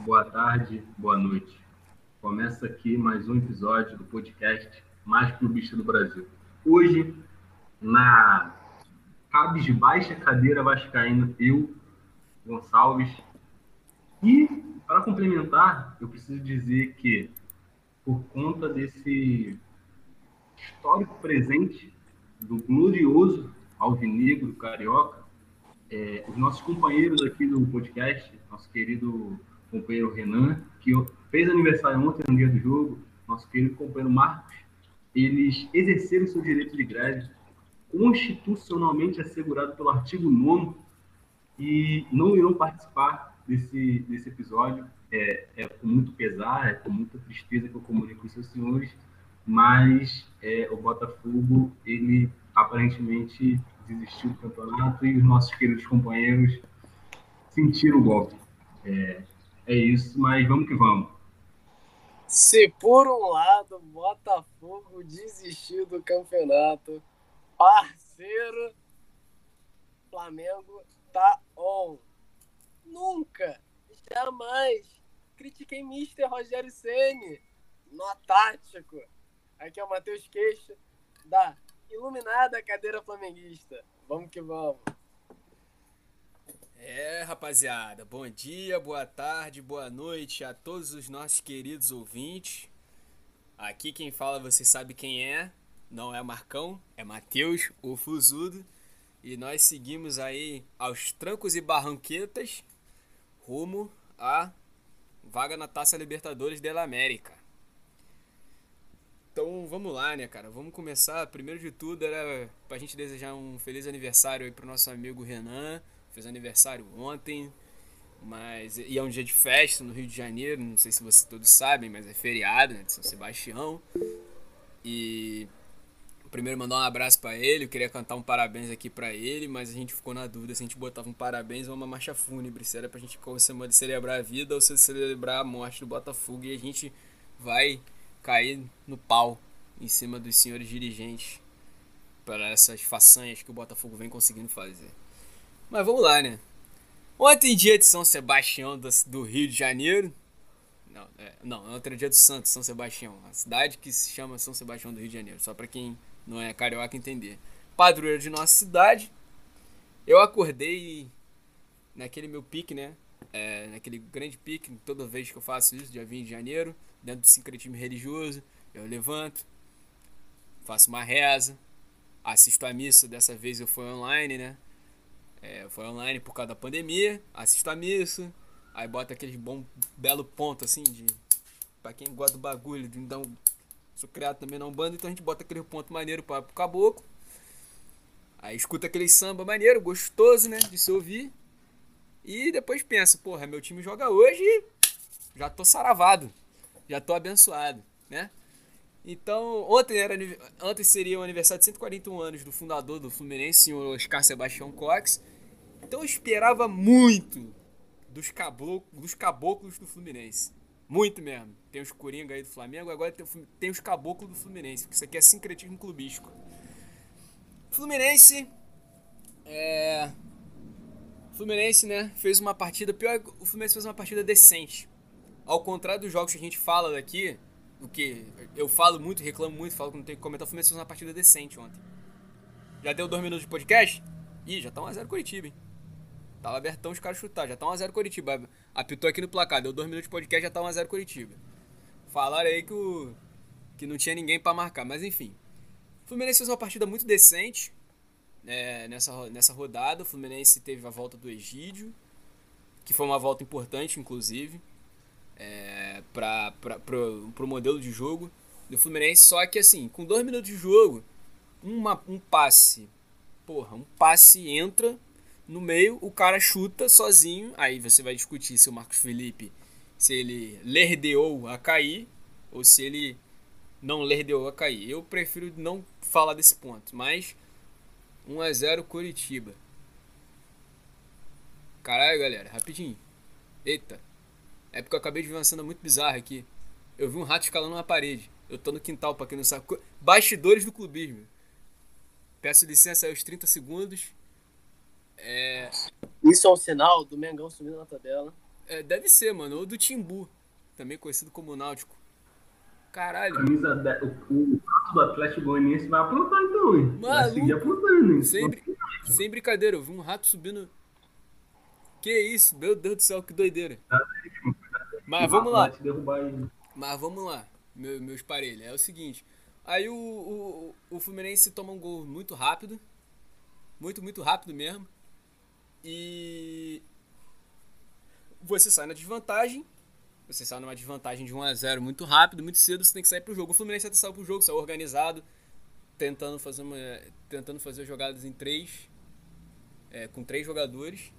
boa tarde, boa noite. Começa aqui mais um episódio do podcast mais clubista do Brasil. Hoje, na cabisbaixa cadeira vascaína, eu, Gonçalves. E, para complementar, eu preciso dizer que, por conta desse histórico presente do glorioso alvinegro carioca, os nossos companheiros aqui do podcast, nosso querido companheiro Renan, que fez aniversário ontem no dia do jogo, nosso querido companheiro Marcos, eles exerceram seu direito de greve, constitucionalmente assegurado pelo artigo 9º, e não irão participar desse episódio. É com muito pesar, é com muita tristeza que eu comunico com os seus senhores, mas o Botafogo, ele aparentemente desistiu do campeonato e os nossos queridos companheiros sentiram o golpe. É isso, mas vamos que vamos. Se por um lado o Botafogo desistiu do campeonato, parceiro, Flamengo tá on. Nunca, jamais critiquei Mister Rogério Ceni no tático. Aqui é o Matheus Queixo, da iluminada cadeira flamenguista. Vamos que vamos. Rapaziada, bom dia, boa tarde, boa noite a todos os nossos queridos ouvintes. Aqui quem fala você sabe quem é, não é Marcão, é Matheus, o Fuzudo. E nós seguimos aí aos trancos e barranquetas rumo à vaga na Taça Libertadores da América. Então vamos lá, né, cara? Vamos começar. Primeiro de tudo era pra gente desejar um feliz aniversário aí pro nosso amigo Renan. Fez aniversário ontem, e é um dia de festa no Rio de Janeiro. Não sei se vocês todos sabem, mas é feriado, né, de São Sebastião. E primeiro mandar um abraço pra ele. Eu queria cantar um parabéns aqui pra ele, mas a gente ficou na dúvida se a gente botava um parabéns ou uma marcha fúnebre, se era pra gente celebrar a vida ou se celebrar a morte do Botafogo. E a gente vai cair no pau em cima dos senhores dirigentes para essas façanhas que o Botafogo vem conseguindo fazer. Mas vamos lá, né? Ontem, dia de São Sebastião do Rio de Janeiro. Não, ontem era dia do Santos, São Sebastião. A cidade que se chama São Sebastião do Rio de Janeiro. Só pra quem não é carioca entender. Padroeiro de nossa cidade. Eu acordei naquele meu pique, né? Naquele grande pique, toda vez que eu faço isso, dia 20 de janeiro, dentro do sincretismo religioso, eu levanto, faço uma reza, assisto a missa. Dessa vez eu fui online, né? Foi online por causa da pandemia. Assisto a missa. Aí bota aquele belo ponto assim pra quem gosta do bagulho, sou criado também na Umbanda, então a gente bota aquele ponto maneiro pro caboclo. Aí escuta aquele samba maneiro, gostoso, né, de se ouvir. E depois pensa, porra, meu time joga hoje e já tô saravado, já tô abençoado, né? Então, ontem seria o aniversário de 141 anos do fundador do Fluminense, senhor Oscar Sebastião Cox. Então eu esperava muito dos caboclos do Fluminense. Muito mesmo. Tem os coringa aí do Flamengo, agora tem os caboclos do Fluminense, porque isso aqui é sincretismo clubístico. Fluminense, né, fez uma partida, o Fluminense fez uma partida decente. Ao contrário dos jogos que a gente fala daqui, o que eu falo muito, reclamo muito, falo que não tem que comentar, o Fluminense fez uma partida decente ontem. Já deu 2 minutos de podcast? Ih, já tá 1x0 Coritiba, hein? Tava abertão os caras chutaram, já tá 1x0 Coritiba. Apitou aqui no placar, deu 2 minutos de podcast, já tá 1x0 Coritiba. Falaram aí que não tinha ninguém pra marcar, mas enfim. O Fluminense fez uma partida muito decente nessa rodada. O Fluminense teve a volta do Egídio, que foi uma volta importante, inclusive, pro modelo de jogo do Fluminense. Só que assim, com 2 minutos de jogo, um passe entra no meio, o cara chuta sozinho. Aí você vai discutir se o Marcos Felipe, se ele lerdeou a cair ou se ele não lerdeou a cair. Eu prefiro não falar desse ponto, mas 1x0 Coritiba. Caralho, galera, rapidinho. Eita, é porque eu acabei de ver uma cena muito bizarra aqui. Eu vi um rato escalando uma parede. Eu tô no quintal, pra quem não sabe. Bastidores do clubismo. Peço licença aí aos 30 segundos. Isso é um sinal do Mengão subindo na tabela. Deve ser, mano. Ou do Timbu, também conhecido como Náutico. Caralho. Camisa o do Atlético Goianiense vai aprontar então, hein? Vai seguir Maluco. aprontando, hein? Sem brincadeira, eu vi um rato subindo. Que isso? Meu Deus do céu, que doideira. Mas vamos lá. Vai te derrubar aí. Mas vamos lá, meus parelhos. É o seguinte. Aí o Fluminense toma um gol muito rápido. Muito rápido mesmo. E você sai na desvantagem. Você sai numa desvantagem de 1-0 muito rápido, muito cedo, você tem que sair pro jogo. O Fluminense até saiu pro jogo, saiu organizado, tentando fazer jogadas em 3, com 3 jogadores.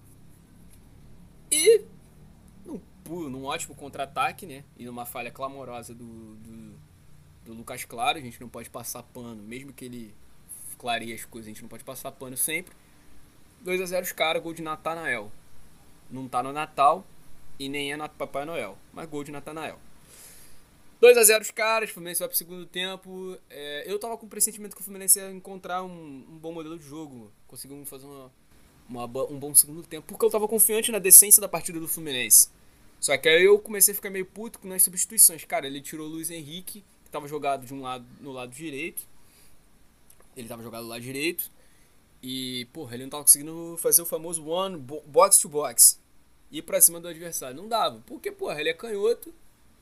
E num ótimo contra-ataque, né? E numa falha clamorosa do Lucas Claro, a gente não pode passar pano, mesmo que ele clareie as coisas, a gente não pode passar pano sempre. 2-0 os caras, gol de Natanael. Não tá no Natal e nem é no Papai Noel, mas gol de Natanael. 2-0 os caras, o Fluminense vai pro segundo tempo. Eu tava com o pressentimento que o Fluminense ia encontrar um bom modelo de jogo, conseguiu fazer um bom segundo tempo, porque eu tava confiante na decência da partida do Fluminense. Só que aí eu comecei a ficar meio puto com as substituições. Cara, ele tirou o Luiz Henrique, que tava jogado no lado direito. Ele tava jogado do lado direito. E, porra, ele não tava conseguindo fazer o famoso box to box. Ir pra cima do adversário. Não dava. Porque, porra, ele é canhoto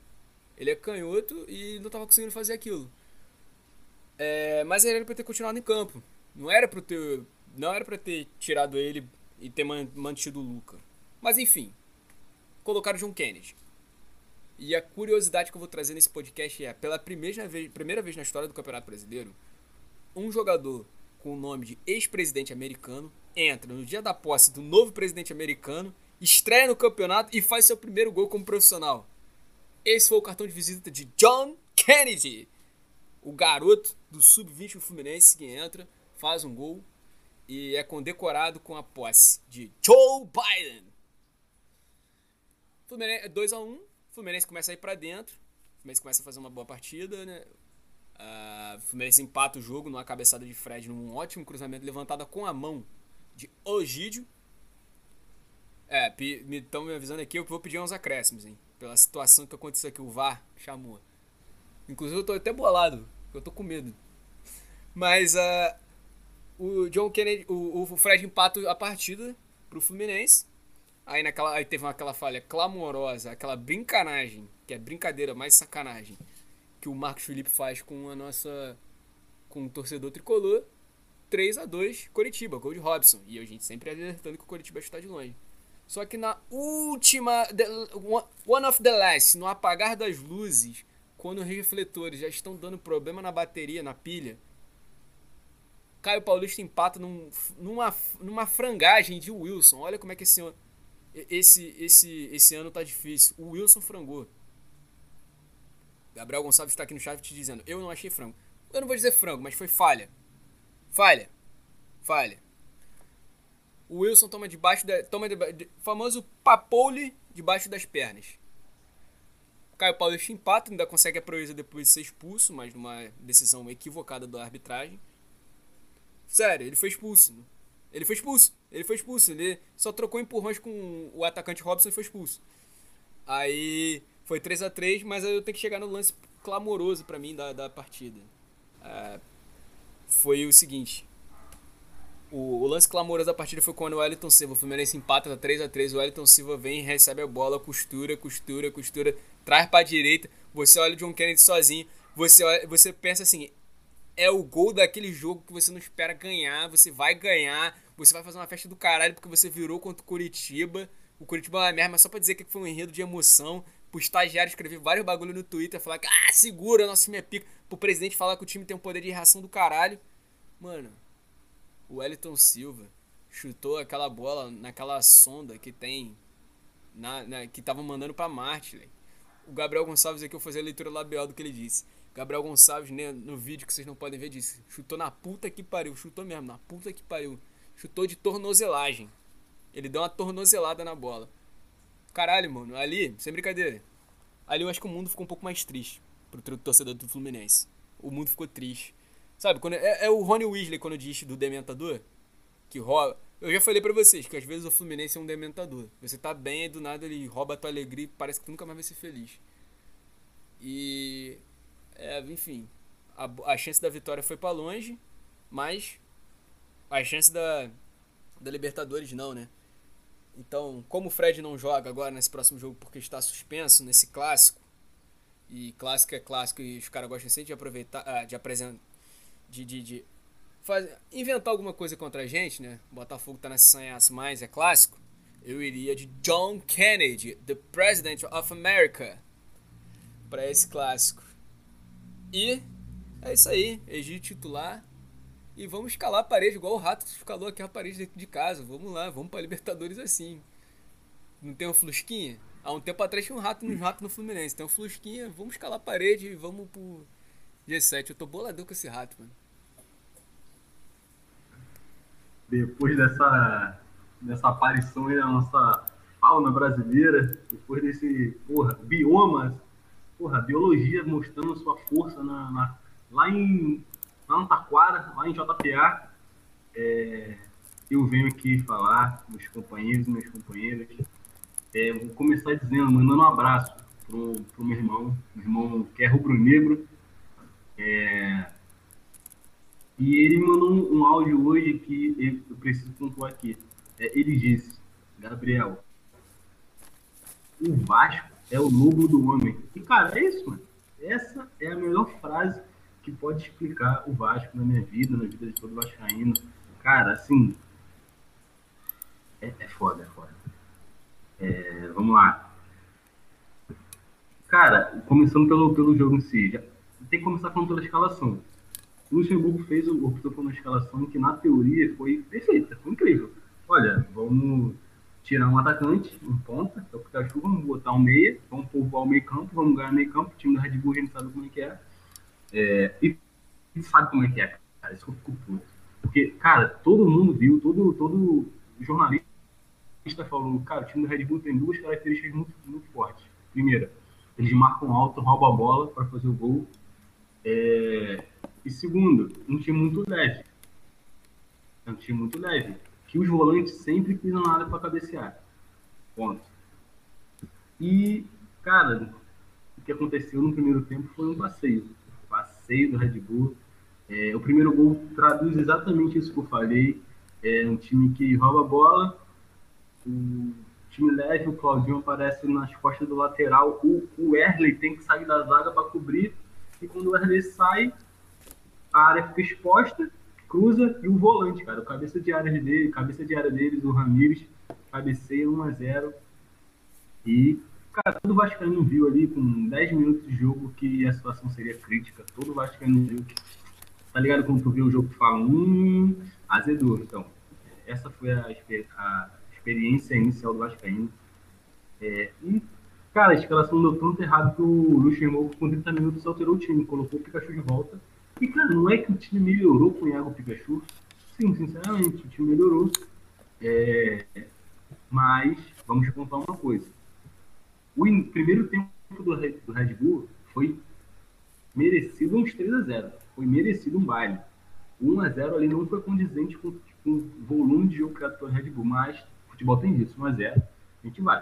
e não tava conseguindo fazer aquilo. Mas ele era pra ter continuado em campo. Não era pra ter tirado ele e ter mantido o Luca. Mas enfim, colocaram o John Kennedy. E a curiosidade que eu vou trazer nesse podcast é, pela primeira vez na história do Campeonato Brasileiro, um jogador com o nome de ex-presidente americano entra no dia da posse do novo presidente americano, estreia no campeonato e faz seu primeiro gol como profissional. Esse foi o cartão de visita de John Kennedy, o garoto do sub-20 do Fluminense que entra, faz um gol e é condecorado com a posse de Joe Biden. Fluminense 2-1, Fluminense começa a ir pra dentro, Fluminense começa a fazer uma boa partida, né? O Fluminense empata o jogo numa cabeçada de Fred, num ótimo cruzamento levantada com a mão de Ogídio. Estão me avisando aqui, eu vou pedir uns acréscimos, hein? Pela situação que aconteceu aqui, o VAR chamou. Inclusive eu tô até bolado, eu tô com medo. Mas o John Kennedy, o Fred empata a partida pro Fluminense. Aí teve aquela falha clamorosa, aquela brincanagem, que é brincadeira, mais sacanagem, que o Marcos Felipe faz com o torcedor tricolor. 3-2, Coritiba, gol de Robson. E a gente sempre alertando que o Coritiba está de longe. Só que na última, one of the last, no apagar das luzes, quando os refletores já estão dando problema na bateria, na pilha, Caio Paulista empata numa frangagem de Wilson. Olha como é que esse ano tá difícil. O Wilson frangou. Gabriel Gonçalves está aqui no chat te dizendo, eu não achei frango. Eu não vou dizer frango, mas foi falha. Falha. O Wilson toma famoso papoule debaixo das pernas. O Caio Paulista empata, ainda consegue a proeza depois de ser expulso, mas numa decisão equivocada da arbitragem. Sério, ele foi expulso. Ele só trocou empurrões com o atacante Robson e foi expulso. Aí foi 3-3, mas aí eu tenho que chegar no lance clamoroso pra mim da partida. Foi o seguinte. O lance clamoroso da partida foi quando o Wellington Silva, o Fluminense empata 3-3, o Wellington Silva vem, recebe a bola, costura, traz pra direita, você olha o John Kennedy sozinho, você pensa assim, é o gol daquele jogo que você não espera ganhar, você vai ganhar, você vai fazer uma festa do caralho porque você virou contra o Coritiba é uma merda, mas só pra dizer que foi um enredo de emoção, pro estagiário escrever vários bagulho no Twitter, falar que, segura, nosso time é pica, pro presidente falar que o time tem um poder de reação do caralho. Mano, o Wellington Silva chutou aquela bola naquela sonda que tem, que tava mandando pra Marte, véio. O Gabriel Gonçalves aqui, eu vou fazer a leitura labial do que ele disse. Gabriel Gonçalves, né, no vídeo que vocês não podem ver, disse, chutou na puta que pariu, chutou mesmo, na puta que pariu. Chutou de tornozelagem. Ele deu uma tornozelada na bola. Caralho, mano, ali, sem brincadeira, ali eu acho que o mundo ficou um pouco mais triste pro torcedor do Fluminense. O mundo ficou triste. Sabe, quando é o Rony Weasley quando diz do Dementador, que Eu já falei pra vocês que às vezes o Fluminense é um dementador. Você tá bem e do nada ele rouba a tua alegria e parece que tu nunca mais vai ser feliz. E. Enfim. A chance da vitória foi pra longe, mas a chance da Libertadores não, né? Então, como o Fred não joga agora nesse próximo jogo porque está suspenso nesse clássico, e clássico é clássico e os caras gostam sempre de aproveitar, de apresentar, de inventar alguma coisa contra a gente, né? O Botafogo tá nessa sanhaço, mas é clássico. Eu iria de John Kennedy, the President of America, para esse clássico. E é isso aí, Egito titular. E vamos escalar a parede, igual o Rato escalou aqui a parede dentro de casa. Vamos lá, vamos pra Libertadores assim. Não tem um Flusquinha? Há um tempo atrás tinha um rato no Fluminense. Tem um Flusquinha, vamos escalar a parede e vamos pro G7. Eu tô boladão com esse rato, mano. Depois dessa aparição aí na nossa fauna brasileira, depois desse, bioma, biologia mostrando sua força lá no Taquara, lá em JPA, eu venho aqui falar, meus companheiros e minhas companheiras, vou começar dizendo, mandando um abraço pro meu irmão que é rubro-negro, e ele mandou um áudio hoje que eu preciso pontuar aqui. Ele disse, Gabriel, o Vasco é o lobo do homem. E, cara, é isso, mano. Essa é a melhor frase que pode explicar o Vasco na minha vida, na vida de todo vascaíno. Cara, assim, é foda, é foda. Vamos lá. Cara, começando pelo jogo em si, tem que começar falando pela escalação. O Luxemburgo optou por uma escalação que, na teoria, foi perfeita, foi incrível. Olha, vamos tirar um atacante, um ponta, que é o Pikachu, vamos botar um meia, vamos povoar o meio campo, vamos ganhar meio campo, o time da Red Bull a gente sabe como é que é. E sabe como é que é, cara, isso que eu fico puto. Porque, cara, todo mundo viu, todo jornalista falou, cara, o time da Red Bull tem duas características muito, muito fortes. Primeira, eles marcam alto, roubam a bola para fazer o gol. E segundo, um time muito leve. É um time muito leve. Que os volantes sempre pisam na área para cabecear. Ponto. E, cara, o que aconteceu no primeiro tempo foi um passeio. Passeio do Red Bull. O primeiro gol traduz exatamente isso que eu falei. É um time que rouba a bola, o time leve, o Claudinho aparece nas costas do lateral, o Erley tem que sair da zaga para cobrir, e quando o Erley sai, a área fica exposta, cruza, e o volante, cara, o cabeça de área deles, o Ramires, cabeceia 1-0. E, cara, todo vascaíno viu ali, com 10 minutos de jogo, que a situação seria crítica. Todo vascaíno viu que, tá ligado, quando tu vê o jogo, tu fala, azedou. Então, essa foi a experiência inicial do vascaíno. E, cara, a escalação deu tanto errado que o Luxemburgo, com 30 minutos, alterou o time, colocou o Pikachu de volta. E, cara, não é que o time melhorou com o Iago Pikachu. Sim, sinceramente, o time melhorou. Mas, vamos contar uma coisa. O primeiro tempo do Red Bull foi merecido uns 3-0. Foi merecido um baile. 1-0 ali não foi condizente com o volume de jogo criado pelo Red Bull, mas futebol tem disso, 1-0, a gente vai.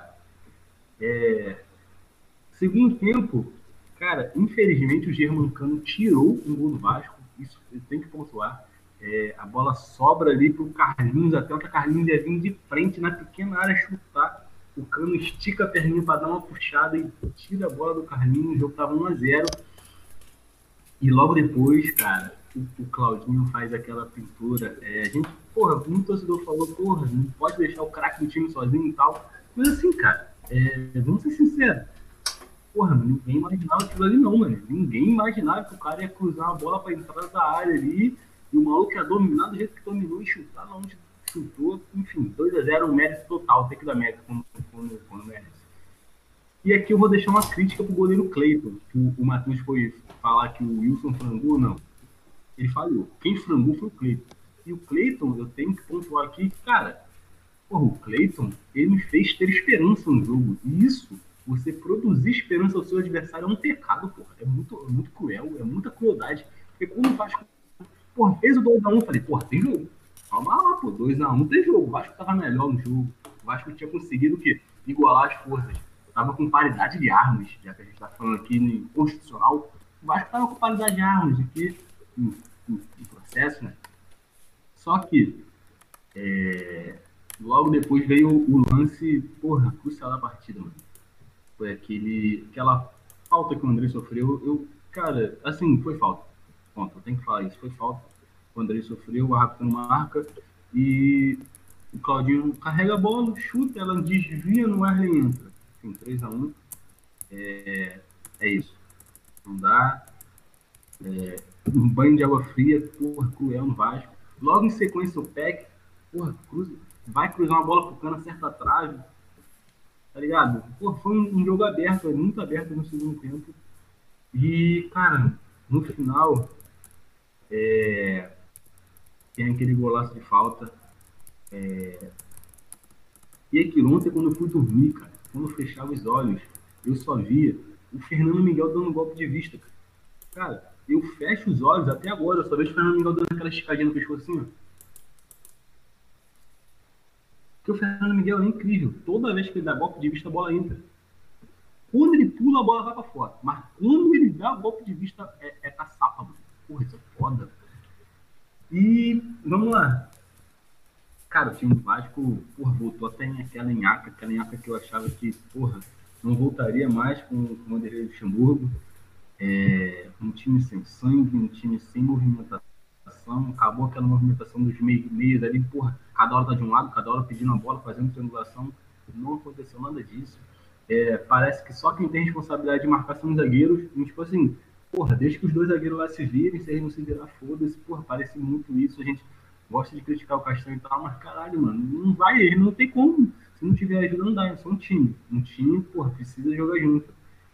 Segundo tempo, cara, infelizmente o Germancano tirou um gol do Vasco, isso eu tenho que pontuar. A bola sobra ali pro Carlinhos, até o Carlinhos ia vir de frente na pequena área chutar. O Cano estica a perninha para dar uma puxada e tira a bola do Carlinhos, o jogo tava 1-0. E logo depois, cara, o Claudinho faz aquela pintura. A gente, um torcedor falou, não pode deixar o craque do time sozinho e tal. Mas assim, cara, vamos ser sinceros. Ninguém imaginava aquilo ali não, mano. Ninguém imaginava que o cara ia cruzar a bola pra entrada da área ali e o maluco ia dominar do jeito que dominou e chutar lá onde chutou. Enfim, 2-0, um mérito total. Tem que dar mérito quando merece. E aqui eu vou deixar uma crítica pro goleiro Cleiton. O Matheus foi falar que o Wilson frangou, não. Ele falou. Quem frangou foi o Cleiton. E o Cleiton, eu tenho que pontuar aqui que, cara, o Cleiton, ele me fez ter esperança no jogo. E isso, você produzir esperança ao seu adversário é um pecado, porra. É muito cruel, é muita crueldade. Porque quando o Vasco, fez o 2-1, eu falei, tem jogo. Calma lá, pô. 2x1 tem jogo. O Vasco tava melhor no jogo. O Vasco tinha conseguido o quê? Igualar as forças. Tava com paridade de armas, já que a gente tá falando aqui no constitucional. O Vasco tava com paridade de armas aqui em processo, né? Só que logo depois veio o lance, porra, crucial da partida, mano. Foi aquela falta que o André sofreu. Cara, assim, foi falta. Ponto, eu tenho que falar isso. Foi falta. O André sofreu, o Arrasca não marca. E o Claudinho carrega a bola, chuta, ela desvia no ar e entra. Enfim, 3x1. É isso. Não dá. Um banho de água fria, porra, cruel no Vasco. Logo em sequência o Peck, porra, vai cruzar uma bola pro cano, acerta a trave. Tá ligado? Porra, foi um jogo aberto, muito aberto no segundo tempo. E, cara, no final, tem aquele golaço de falta. E aquilo, ontem quando eu fui dormir, cara, quando eu fechava os olhos, eu só via o Fernando Miguel dando um golpe de vista, cara. Cara, eu fecho os olhos até agora, eu só vejo o Fernando Miguel dando aquela esticadinha no pescoço assim, ó. Porque o Fernando Miguel é incrível. Toda vez que ele dá golpe de vista, a bola entra. Quando ele pula, a bola vai pra fora. Mas quando ele dá golpe de vista, é caçapa, mano. Porra, isso é foda. E vamos lá. Cara, o time do Vasco, porra, voltou até aquela nhaca que eu achava que, porra, não voltaria mais com o Vanderlei Luxemburgo. Um time sem sangue, um time sem movimentação. Acabou aquela movimentação dos meios ali, porra, cada hora tá de um lado, cada hora pedindo a bola, fazendo triangulação. Não aconteceu nada disso. Parece que só quem tem responsabilidade de marcar são os zagueiros. E, tipo assim, porra, deixa que os dois zagueiros lá se virem, se eles não se virar, foda-se. Porra, parece muito isso. A gente gosta de criticar o Castanho e tal, mas caralho, mano, não vai, ele não tem como. Se não tiver ajuda, não dá. É só um time. Um time, porra, precisa jogar junto.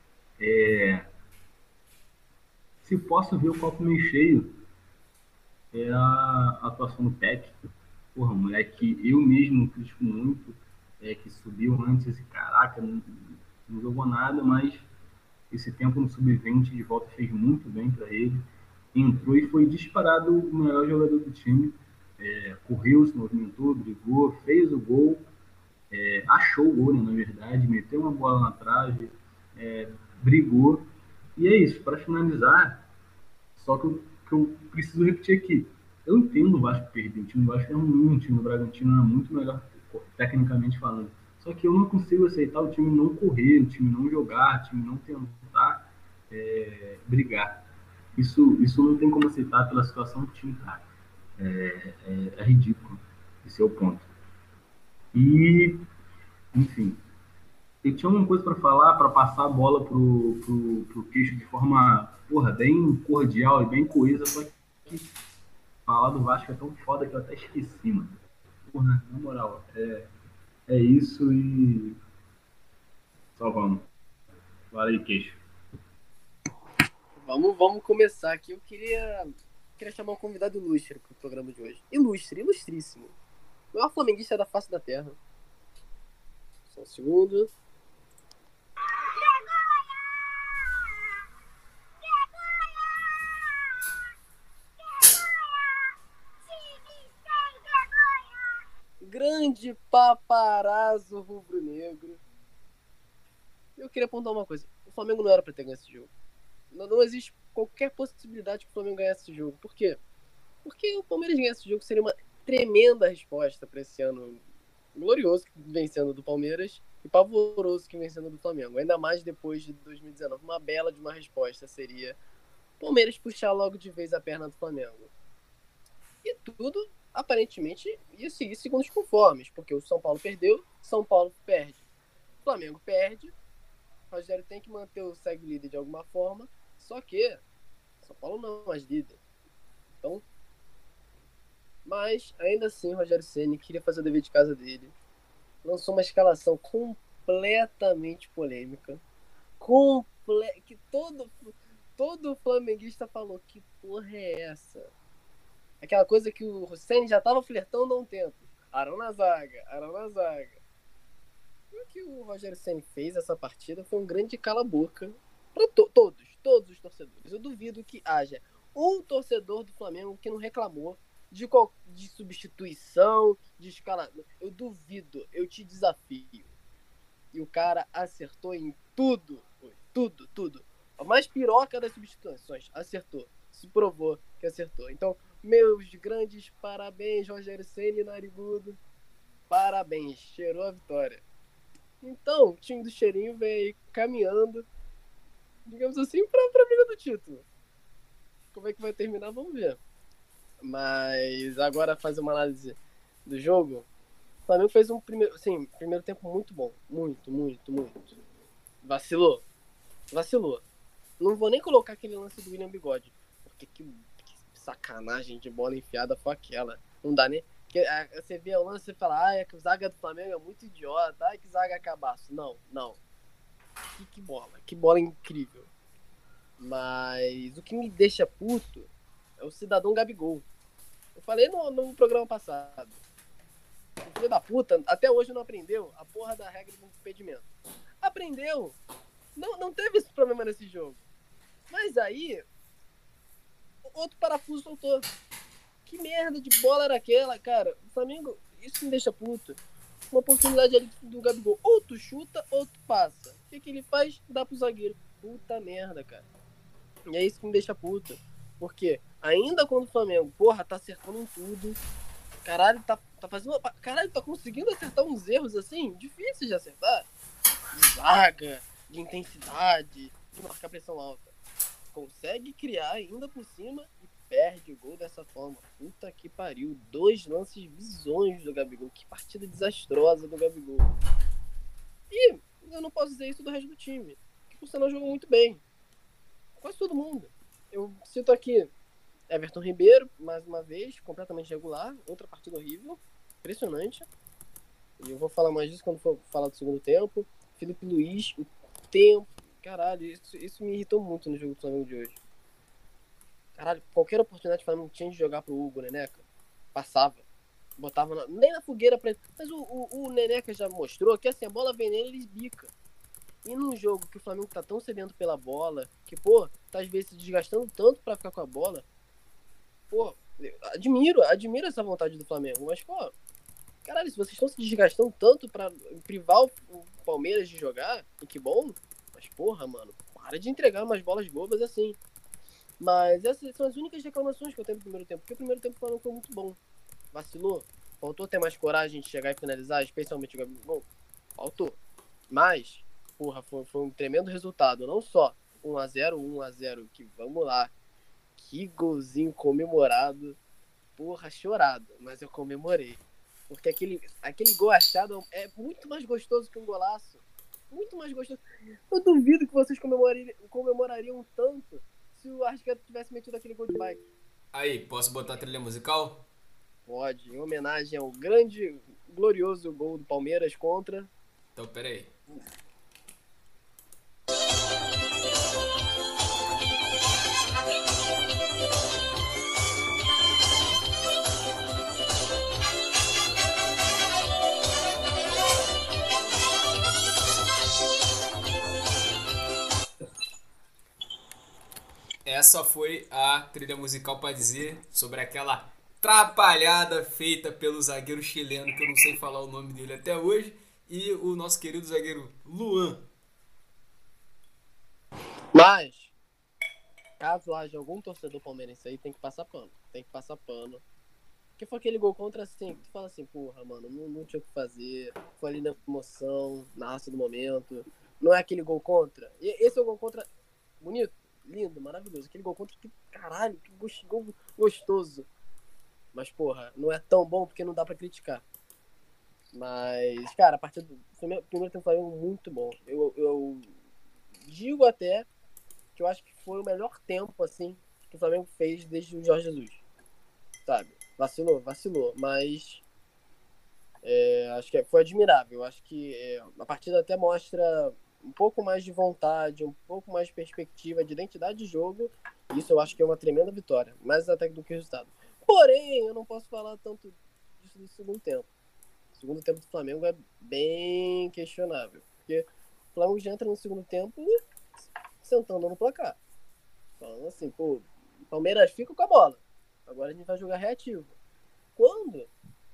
Se posso ver o copo meio cheio, é a atuação do Peck. Porra, moleque, eu mesmo critico muito, que subiu antes e caraca, não jogou nada, mas esse tempo no sub-20 de volta fez muito bem para ele. Entrou e foi disparado o melhor jogador do time. Correu, se movimentou, brigou, fez o gol, achou o gol, né, na verdade, meteu uma bola na trave, brigou. E é isso, para finalizar, só que eu preciso repetir aqui. Eu entendo o Vasco perder. O time do Vasco é ruim, o time do Bragantino é muito melhor, tecnicamente falando. Só que eu não consigo aceitar o time não correr, o time não jogar, o time não tentar brigar. Isso não tem como aceitar pela situação que o time está. É ridículo. Esse é o ponto. E, enfim, eu tinha uma coisa para falar, para passar a bola pro Queixo de forma, porra, bem cordial e bem coesa, só que falar do Vasco é tão foda que eu até esqueci, mano. Porra, na moral, é isso e só vamos. Valeu, Queixo. Vamos começar aqui. Eu queria chamar um convidado ilustre pro programa de hoje. Ilustríssimo. O maior flamenguista da face da terra. Só um segundo. Grande paparazzo rubro-negro. Eu queria apontar uma coisa. O Flamengo não era pra ter ganho esse jogo. Não existe qualquer possibilidade que o Flamengo ganhasse esse jogo. Por quê? Porque o Palmeiras ganhar esse jogo seria uma tremenda resposta para esse ano glorioso que vem sendo do Palmeiras e pavoroso que vem sendo do Flamengo. Ainda mais depois de 2019. Uma bela de uma resposta seria o Palmeiras puxar logo de vez a perna do Flamengo. E tudo, aparentemente, ia seguir segundo os conformes. Porque o São Paulo perdeu, São Paulo perde. O Flamengo perde. O Rogério tem que manter o segue líder de alguma forma. Só que São Paulo não é mais líder. Então, mas ainda assim o Rogério Ceni queria fazer o dever de casa dele. Lançou uma escalação completamente polêmica. Que todo flamenguista falou: que porra é essa? Aquela coisa que o Ceni já tava flertando há um tempo. Arão na zaga. E o que o Rogério Ceni fez essa partida foi um grande cala-boca para todos os torcedores. Eu duvido que haja um torcedor do Flamengo que não reclamou de substituição, de escala. Eu duvido, eu te desafio. E o cara acertou em tudo. Tudo, tudo. A mais piroca das substituições. Acertou. Se provou que acertou. Então, meus grandes parabéns, Rogério Ceni e Narigudo. Parabéns. Cheirou a vitória. Então, o time do Cheirinho vem aí caminhando, digamos assim, pra briga do título. Como é que vai terminar, vamos ver. Mas agora fazer uma análise do jogo. O Flamengo fez um primeiro tempo muito bom. Muito, muito, muito. Vacilou. Não vou nem colocar aquele lance do William Bigode. Porque que sacanagem de bola enfiada foi aquela. Não dá nem... Você vê o lance e fala, é que a zaga do Flamengo é muito idiota. Que zaga cabaço. Não. Que bola incrível. Mas o que me deixa puto é o cidadão Gabigol. Eu falei no programa passado. O filho da puta até hoje não aprendeu a porra da regra do impedimento. Aprendeu. Não teve esse problema nesse jogo. Mas aí, outro parafuso soltou. Que merda de bola era aquela, cara? O Flamengo, isso me deixa puto. Uma oportunidade ali do Gabigol. Ou tu chuta, ou tu passa. O que ele faz? Dá pro zagueiro. Puta merda, cara. E é isso que me deixa puto. Porque ainda quando o Flamengo, porra, tá acertando em tudo. Caralho, tá fazendo... Caralho, tá conseguindo acertar uns erros, assim, difíceis de acertar. De zaga, de intensidade, de marcar pressão alta. Consegue criar ainda por cima e perde o gol dessa forma. Puta que pariu. 2 lances bizonhos do Gabigol. Que partida desastrosa do Gabigol. E eu não posso dizer isso do resto do time. Que por sinal jogou muito bem. Quase todo mundo. Eu cito aqui Everton Ribeiro, mais uma vez, completamente regular. Outra partida horrível. Impressionante. E eu vou falar mais disso quando for falar do segundo tempo. Felipe Luiz, o tempo. Caralho, isso me irritou muito no jogo do Flamengo de hoje. Caralho, qualquer oportunidade que o Flamengo tinha de jogar pro Hugo Neneca, passava. Botava nem na fogueira pra ele. Mas o Neneca já mostrou que assim, a bola vem nele, ele bica. E num jogo que o Flamengo tá tão sedento pela bola, que, pô, tá às vezes se desgastando tanto pra ficar com a bola, pô, admiro essa vontade do Flamengo, mas, pô, caralho, se vocês estão se desgastando tanto pra privar o Palmeiras de jogar, e que bom, mas, porra, mano, para de entregar umas bolas bobas assim. Mas essas são as únicas reclamações que eu tenho no primeiro tempo, porque o primeiro tempo o Flamengo foi muito bom. Vacilou, faltou ter mais coragem de chegar e finalizar, especialmente o Gabigol, faltou. Mas, porra, foi um tremendo resultado, não só 1-0, 1-0, que vamos lá, que golzinho comemorado, porra, chorado, mas eu comemorei. Porque aquele gol achado é muito mais gostoso que um golaço. Muito mais gostoso. Eu duvido que vocês comemorariam tanto se o Arrascaeta tivesse metido aquele gol de bike. Aí, posso botar a trilha musical? Pode, em homenagem ao grande, glorioso gol do Palmeiras contra... Então, pera aí. Essa foi a trilha musical para dizer sobre aquela trapalhada feita pelo zagueiro chileno, que eu não sei falar o nome dele até hoje, e o nosso querido zagueiro Luan. Mas, caso haja algum torcedor palmeirense aí, tem que passar pano. Porque foi aquele gol contra, assim, que tu fala assim, porra, mano, não tinha o que fazer. Foi ali na emoção, na raça do momento. Não é aquele gol contra. E esse é o gol contra bonito, lindo, maravilhoso. Aquele gol contra, que caralho, que gol gostoso. Mas, porra, não é tão bom porque não dá pra criticar. Mas, cara, a partir do primeiro tempo do Flamengo, muito bom. Eu digo até que eu acho que foi o melhor tempo, assim, que o Flamengo fez desde o Jorge Jesus. Sabe? Vacilou, mas acho que foi admirável. Acho que a partida até mostra um pouco mais de vontade, um pouco mais de perspectiva, de identidade de jogo. Isso eu acho que é uma tremenda vitória, mais até do que o resultado. Porém, eu não posso falar tanto disso do segundo tempo. O segundo tempo do Flamengo é bem questionável, porque o Flamengo já entra no segundo tempo sentando no placar. Falando assim, pô, Palmeiras fica com a bola. Agora a gente vai jogar reativo. quando,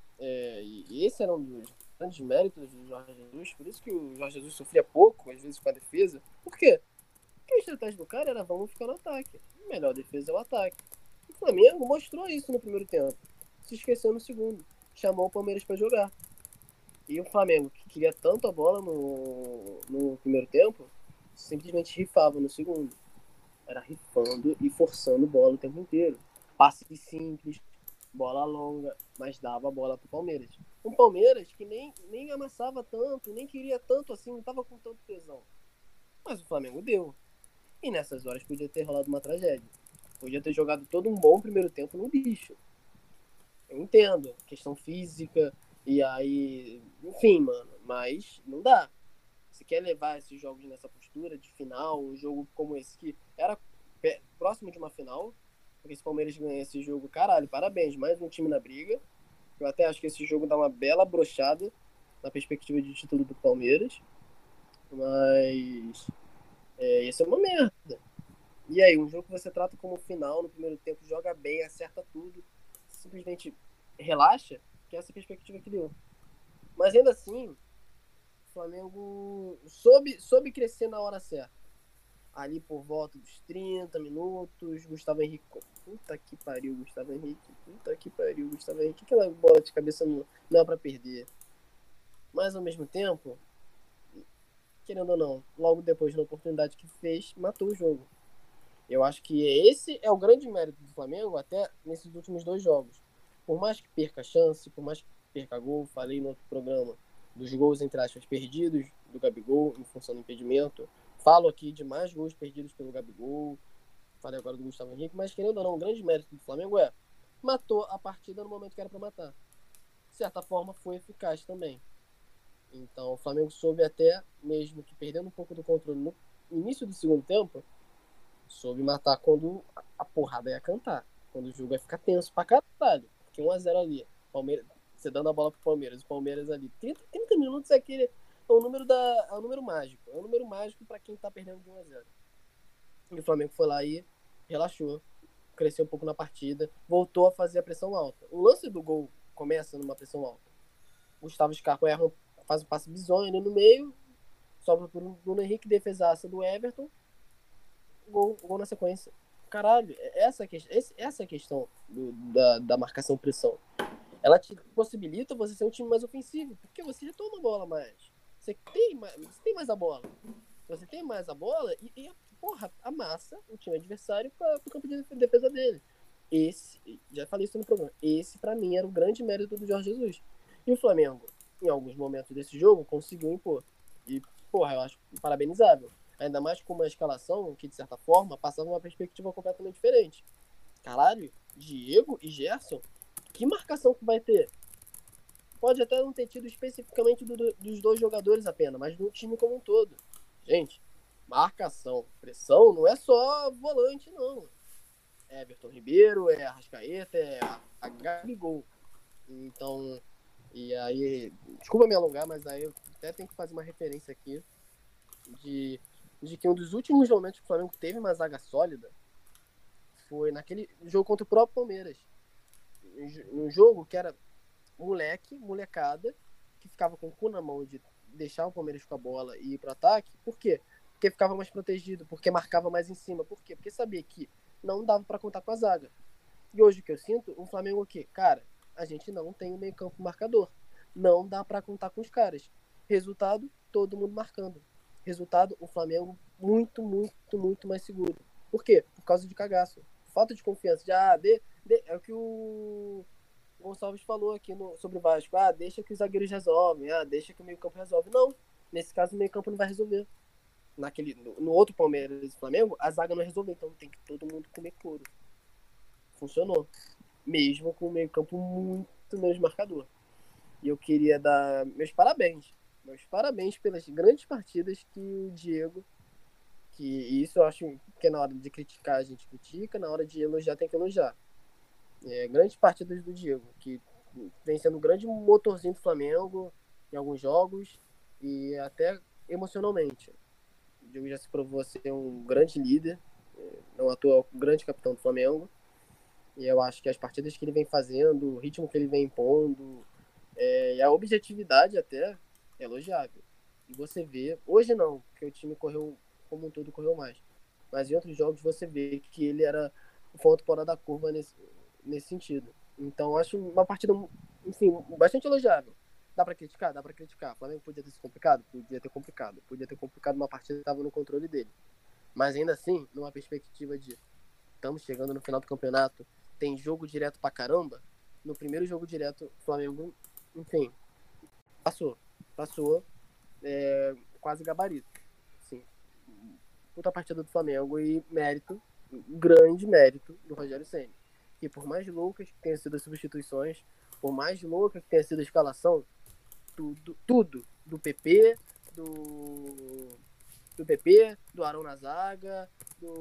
e esse era um dos grandes méritos do Jorge Jesus, por isso que o Jorge Jesus sofria pouco, às vezes, com a defesa. Por quê? Porque a estratégia do cara era vamos ficar no ataque. A melhor defesa é o ataque. O Flamengo mostrou isso no primeiro tempo. Se esqueceu no segundo. Chamou o Palmeiras para jogar. E o Flamengo, que queria tanto a bola no primeiro tempo, simplesmente rifava no segundo. Era rifando e forçando bola o tempo inteiro. Passe simples, bola longa, mas dava a bola pro Palmeiras. Um Palmeiras que nem amassava tanto, nem queria tanto assim, não tava com tanto tesão. Mas o Flamengo deu. E nessas horas podia ter rolado uma tragédia. Podia ter jogado todo um bom primeiro tempo no lixo. Eu entendo, questão física, e aí, enfim, mano, mas não dá. Se quer levar esses jogos nessa postura de final, um jogo como esse que era próximo de uma final, porque se o Palmeiras ganhar esse jogo, caralho, parabéns, mais um time na briga. Eu até acho que esse jogo dá uma bela brochada na perspectiva de título do Palmeiras, mas ia ser uma merda. E aí, um jogo que você trata como final no primeiro tempo, joga bem, acerta tudo, simplesmente relaxa, que é essa perspectiva que deu. Mas ainda assim, o Flamengo soube crescer na hora certa. Ali por volta dos 30 minutos, Gustavo Henrique. Puta que pariu, Gustavo Henrique. Puta que pariu, Gustavo Henrique. Aquela bola de cabeça não é pra perder. Mas ao mesmo tempo, querendo ou não, logo depois da oportunidade que fez, matou o jogo. Eu acho que esse é o grande mérito do Flamengo, até nesses últimos 2 jogos. Por mais que perca chance, por mais que perca gol, falei no outro programa dos gols, entre aspas, perdidos do Gabigol em função do impedimento. Falo aqui de mais gols perdidos pelo Gabigol. Falei agora do Gustavo Henrique, mas querendo ou não, o grande mérito do Flamengo matou a partida no momento que era para matar. De certa forma, foi eficaz também. Então, o Flamengo soube até, mesmo que perdendo um pouco do controle no início do segundo tempo, soube matar quando a porrada ia cantar. Quando o jogo ia ficar tenso pra caralho. Porque 1-0 ali. Palmeiras, você dando a bola pro Palmeiras. O Palmeiras ali. 30 minutos é o número mágico. É o número mágico pra quem tá perdendo de 1-0. E o Flamengo foi lá e relaxou. Cresceu um pouco na partida. Voltou a fazer a pressão alta. O lance do gol começa numa pressão alta. Gustavo Scarpa faz um passe bizonho ali no meio. Sobra pro Bruno Henrique, defesaça do Everton. Gol na sequência. Caralho, essa é a questão da marcação-pressão. Ela te possibilita você ser um time mais ofensivo, porque você já toma a bola mais. Você tem mais a bola. Você tem mais a bola e porra, amassa o time adversário para o campo de defesa dele. Já falei isso no programa, esse pra mim era o grande mérito do Jorge Jesus. E o Flamengo, em alguns momentos desse jogo, conseguiu impor. E, porra, eu acho parabenizável. Ainda mais com uma escalação que, de certa forma, passava uma perspectiva completamente diferente. Caralho, Diego e Gerson, que marcação que vai ter? Pode até não ter tido especificamente dos 2 jogadores apenas, mas do time como um todo. Gente, marcação, pressão não é só volante, não. É Everton Ribeiro, é Arrascaeta, é a Gabigol. Então, e aí, desculpa me alongar, mas aí eu até tenho que fazer uma referência aqui de que um dos últimos momentos que o Flamengo teve uma zaga sólida foi naquele jogo contra o próprio Palmeiras. Um jogo que era molecada, que ficava com o cu na mão de deixar o Palmeiras com a bola e ir pro ataque. Por quê? Porque ficava mais protegido, porque marcava mais em cima. Por quê? Porque sabia que não dava para contar com a zaga. E hoje o que eu sinto, o Flamengo aqui, cara, a gente não tem um meio campo marcador. Não dá para contar com os caras. Resultado, todo mundo marcando. Resultado, o Flamengo muito, muito, muito mais seguro. Por quê? Por causa de cagaço. Falta de confiança. É o que o Gonçalves falou aqui sobre o Vasco. Deixa que os zagueiros resolvem. Deixa que o meio campo resolve. Não. Nesse caso, o meio campo não vai resolver. No outro Palmeiras e Flamengo, a zaga não resolveu. Então tem que todo mundo comer couro. Funcionou. Mesmo com o meio campo muito menos marcador. E eu queria dar meus parabéns pelas grandes partidas que o Diego, que isso eu acho que na hora de criticar a gente critica, na hora de elogiar tem que elogiar. Grandes partidas do Diego, que vem sendo um grande motorzinho do Flamengo em alguns jogos e até emocionalmente. O Diego já se provou ser um grande líder, não à toa, um grande capitão do Flamengo. E eu acho que as partidas que ele vem fazendo, o ritmo que ele vem impondo, e a objetividade até é elogiável. E você vê, hoje não, porque o time correu, como um todo, correu mais. Mas em outros jogos você vê que ele era o ponto fora da curva nesse sentido. Então acho uma partida, enfim, bastante elogiável. Dá pra criticar? Dá pra criticar. O Flamengo podia ter se complicado? Podia ter complicado. Podia ter complicado uma partida que estava no controle dele. Mas ainda assim, numa perspectiva de estamos chegando no final do campeonato, tem jogo direto pra caramba, no primeiro jogo direto, o Flamengo, enfim, passou quase gabarito. Assim, puta partida do Flamengo e mérito, grande mérito do Rogério Ceni. Que por mais loucas que tenham sido as substituições, por mais louca que tenha sido a escalação, tudo do PP, do PP, do Arão na zaga,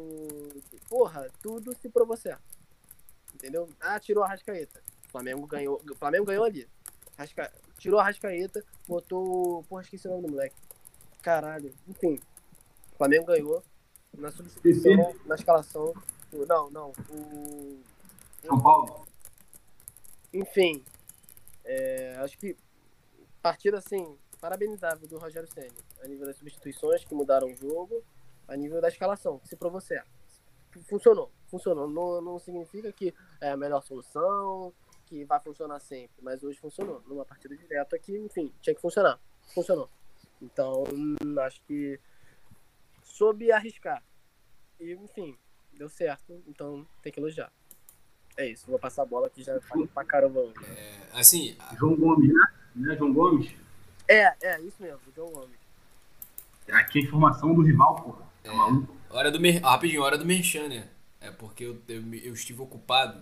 tudo se provou certo. Entendeu? Tirou a Arrascaeta. O Flamengo ganhou ali. Tirou a Arrascaeta, botou. Porra, esqueci o nome do moleque. Caralho. Enfim. O Flamengo ganhou na substituição, na escalação. Não. São Paulo. Enfim. Acho que partida assim, parabenizável do Rogério Ceni. A nível das substituições que mudaram o jogo, a nível da escalação, que se provou certo. Funcionou. Não significa que é a melhor solução, que vai funcionar sempre, mas hoje funcionou. Numa partida direta aqui, enfim, tinha que funcionar. Funcionou. Então, acho que soube arriscar. E, enfim, deu certo, então tem que elogiar. É isso, vou passar a bola que já falei pra caramba. Assim, João Gomes, né? João Gomes? Isso mesmo, João Gomes. Aqui a informação do rival, porra. É maluco. rapidinho, hora do merchan, né? É porque eu estive ocupado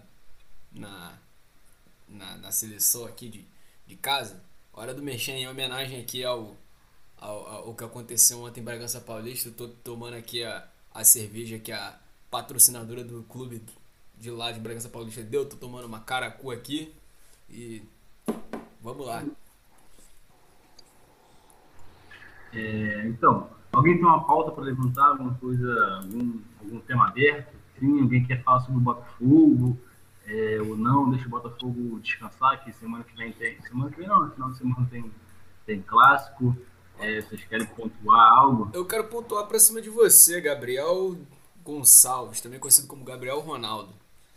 na seleção aqui de casa. Hora do merchan em homenagem aqui ao que aconteceu ontem em Bragança Paulista. Eu tô tomando aqui a cerveja que a patrocinadora do clube de lá de Bragança Paulista deu. Tô tomando uma caracu aqui e vamos lá. Então, alguém tem uma pauta para levantar, alguma coisa, algum tema aberto? Sim, alguém quer falar sobre o Botafogo? Ou não, deixa o Botafogo descansar, que semana que vem tem. Semana que vem não, no final de semana tem clássico. Vocês querem pontuar algo? Eu quero pontuar pra cima de você, Gabriel Gonçalves, também conhecido como Gabriel Ronaldo.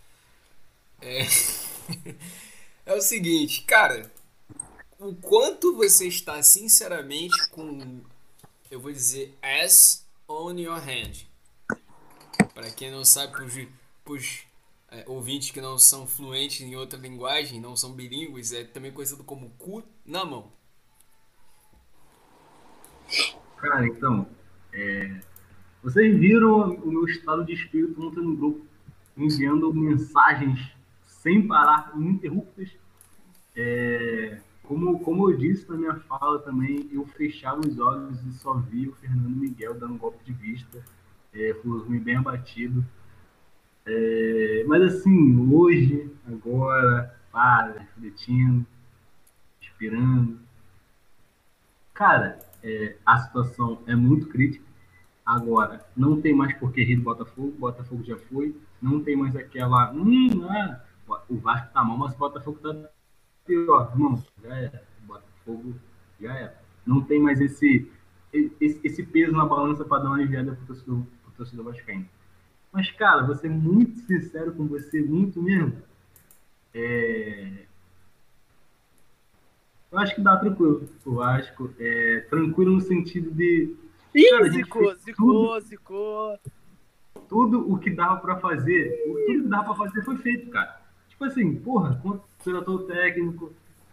É o seguinte, cara, o quanto você está sinceramente com, eu vou dizer, ass on your hand. Para quem não sabe, pros ouvintes que não são fluentes em outra linguagem, não são bilíngues, é também conhecido como cu na mão. Cara, então, vocês viram o meu estado de espírito ontem no grupo, enviando mensagens sem parar, ininterruptas. Como eu disse na minha fala também, eu fechava os olhos e só via o Fernando Miguel dando um golpe de vista. Fui bem abatido. Mas assim, hoje, agora, refletindo, respirando. Cara, a situação é muito crítica. Agora, não tem mais por que rir do Botafogo. O Botafogo já foi. Não tem mais aquela. O Vasco tá mal, mas o Botafogo tá pior. Não, já era. O Botafogo já era. Não tem mais esse peso na balança para dar uma aliviada pro torcedor vascaíno. Mas, cara, vou ser muito sincero com você, muito mesmo. Eu acho que dá tranquilo pro Vasco. Tranquilo no sentido de. Cara, Zicou. Tudo o que dava pra fazer, foi feito, cara. Tipo assim, porra, contratou o técnico,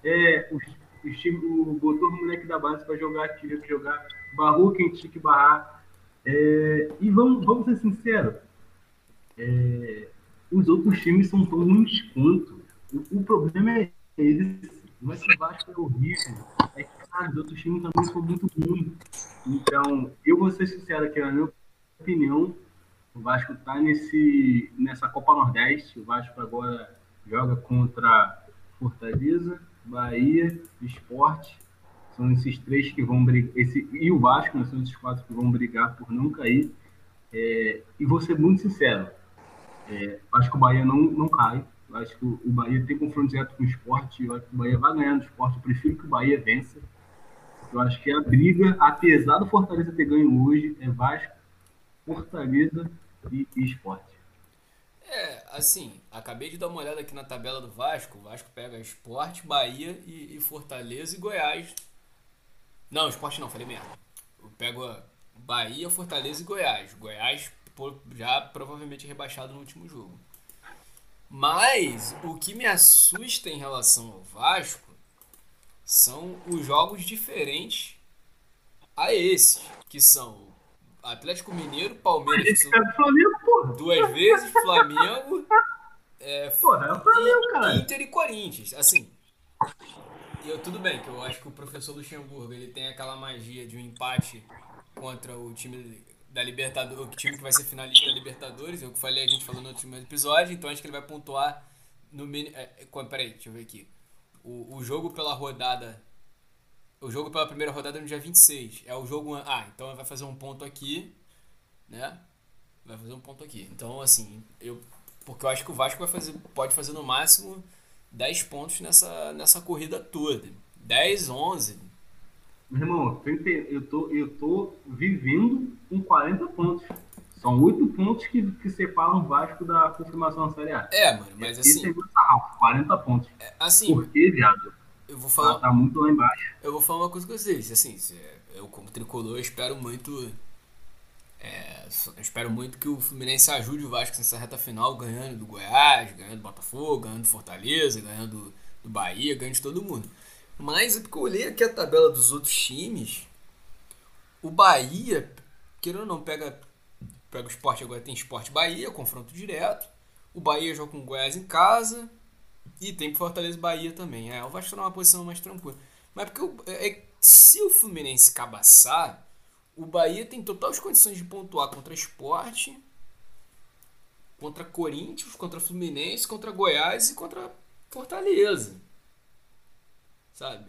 botou o moleque da base pra jogar, tinha que jogar, barrou quem tinha que barrar. E vamos ser sinceros, os outros times são tão ruins quanto. O problema é eles. Não é que o Vasco é horrível, é que, cara, os outros times também são muito ruins. Então, eu vou ser sincero aqui, na minha opinião, o Vasco está nessa Copa Nordeste. O Vasco agora joga contra Fortaleza, Bahia, Sport. São esses três que vão brigar. E o Vasco, né, são esses quatro que vão brigar por não cair. E vou ser muito sincero. Acho que o Bahia não cai. Eu acho que o Bahia tem confronto direto com o Sport. Eu acho que o Bahia vai ganhar no Sport. Eu prefiro que o Bahia vença. Eu acho que a briga, apesar do Fortaleza ter ganho hoje, é Vasco, Fortaleza e Sport. Assim, acabei de dar uma olhada aqui na tabela do Vasco. O Vasco pega Sport, Bahia e Fortaleza e Goiás. Não, Sport não, falei merda. Eu pego Bahia, Fortaleza e Goiás. Goiás já provavelmente rebaixado no último jogo. Mas o que me assusta em relação ao Vasco são os jogos diferentes a esses, que são Atlético Mineiro, Palmeiras, Esse cara do Flamengo, porra. 2 vezes, Flamengo, Porra, é o Flamengo, cara. Inter e Corinthians. Assim, tudo bem que eu acho que o professor Luxemburgo ele tem aquela magia de um empate contra o time da Libertadores, o time que vai ser finalista da Libertadores. Eu que falei, a gente falou no último episódio, então acho que ele vai pontuar no mínimo. Peraí, deixa eu ver aqui. O jogo pela rodada. O jogo pela primeira rodada é no dia 26. É o jogo. Então ele vai fazer um ponto aqui, né? Vai fazer um ponto aqui. Então, assim, porque eu acho que o Vasco pode fazer no máximo 10 pontos nessa corrida toda. 10, 11. Meu irmão, eu tô vivendo com 40 pontos. São 8 pontos que separam o Vasco da confirmação da Série A. Mano, mas assim. Esse é meu sarrafo, 40 pontos. Assim. Por quê, viado? Eu vou falar. Tá muito lá embaixo. Eu vou falar uma coisa com vocês. Assim, eu como tricolor, eu espero muito que o Fluminense ajude o Vasco nessa reta final, ganhando do Goiás, ganhando do Botafogo, ganhando do Fortaleza, ganhando do Bahia, ganhando de todo mundo. Mas é porque eu olhei aqui a tabela dos outros times. O Bahia, querendo ou não, pega o Sport, agora tem Sport Bahia, confronto direto. O Bahia joga com o Goiás em casa. E tem Fortaleza e Bahia também. O Vasco está numa posição mais tranquila. Mas porque se o Fluminense cabaçar, o Bahia tem totais condições de pontuar contra Sport, contra Corinthians, contra Fluminense, contra Goiás e contra Fortaleza. Sabe?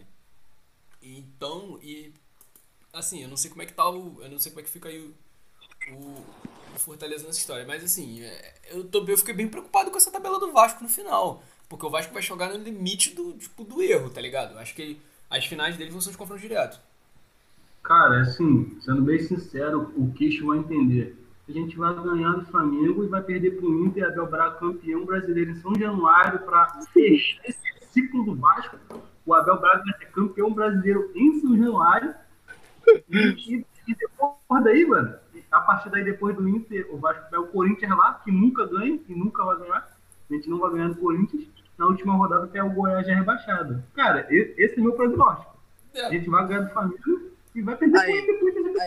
Então, assim, eu não sei como é que tá eu não sei como é que fica aí o Fortaleza nessa história. Mas assim, eu fiquei bem preocupado com essa tabela do Vasco no final. Porque o Vasco vai jogar no limite do erro, tá ligado? Eu acho que as finais deles vão ser de confronto direto. Cara, assim, sendo bem sincero, o Queixo vai entender. A gente vai ganhar do Flamengo e vai perder pro Inter e Abel Braga campeão brasileiro em São Januário para fechar esse ciclo do Vasco. O Abel Braga vai ser campeão brasileiro em São Januário. E depois daí, mano, a partir daí, depois do Inter, o Vasco pega o Corinthians lá, que nunca ganha e nunca vai ganhar. A gente não vai ganhar do Corinthians. Na última rodada até o Goiás já rebaixado. Cara, esse é meu prognóstico. A gente vai ganhar do Flamengo e vai perder o Corinthians.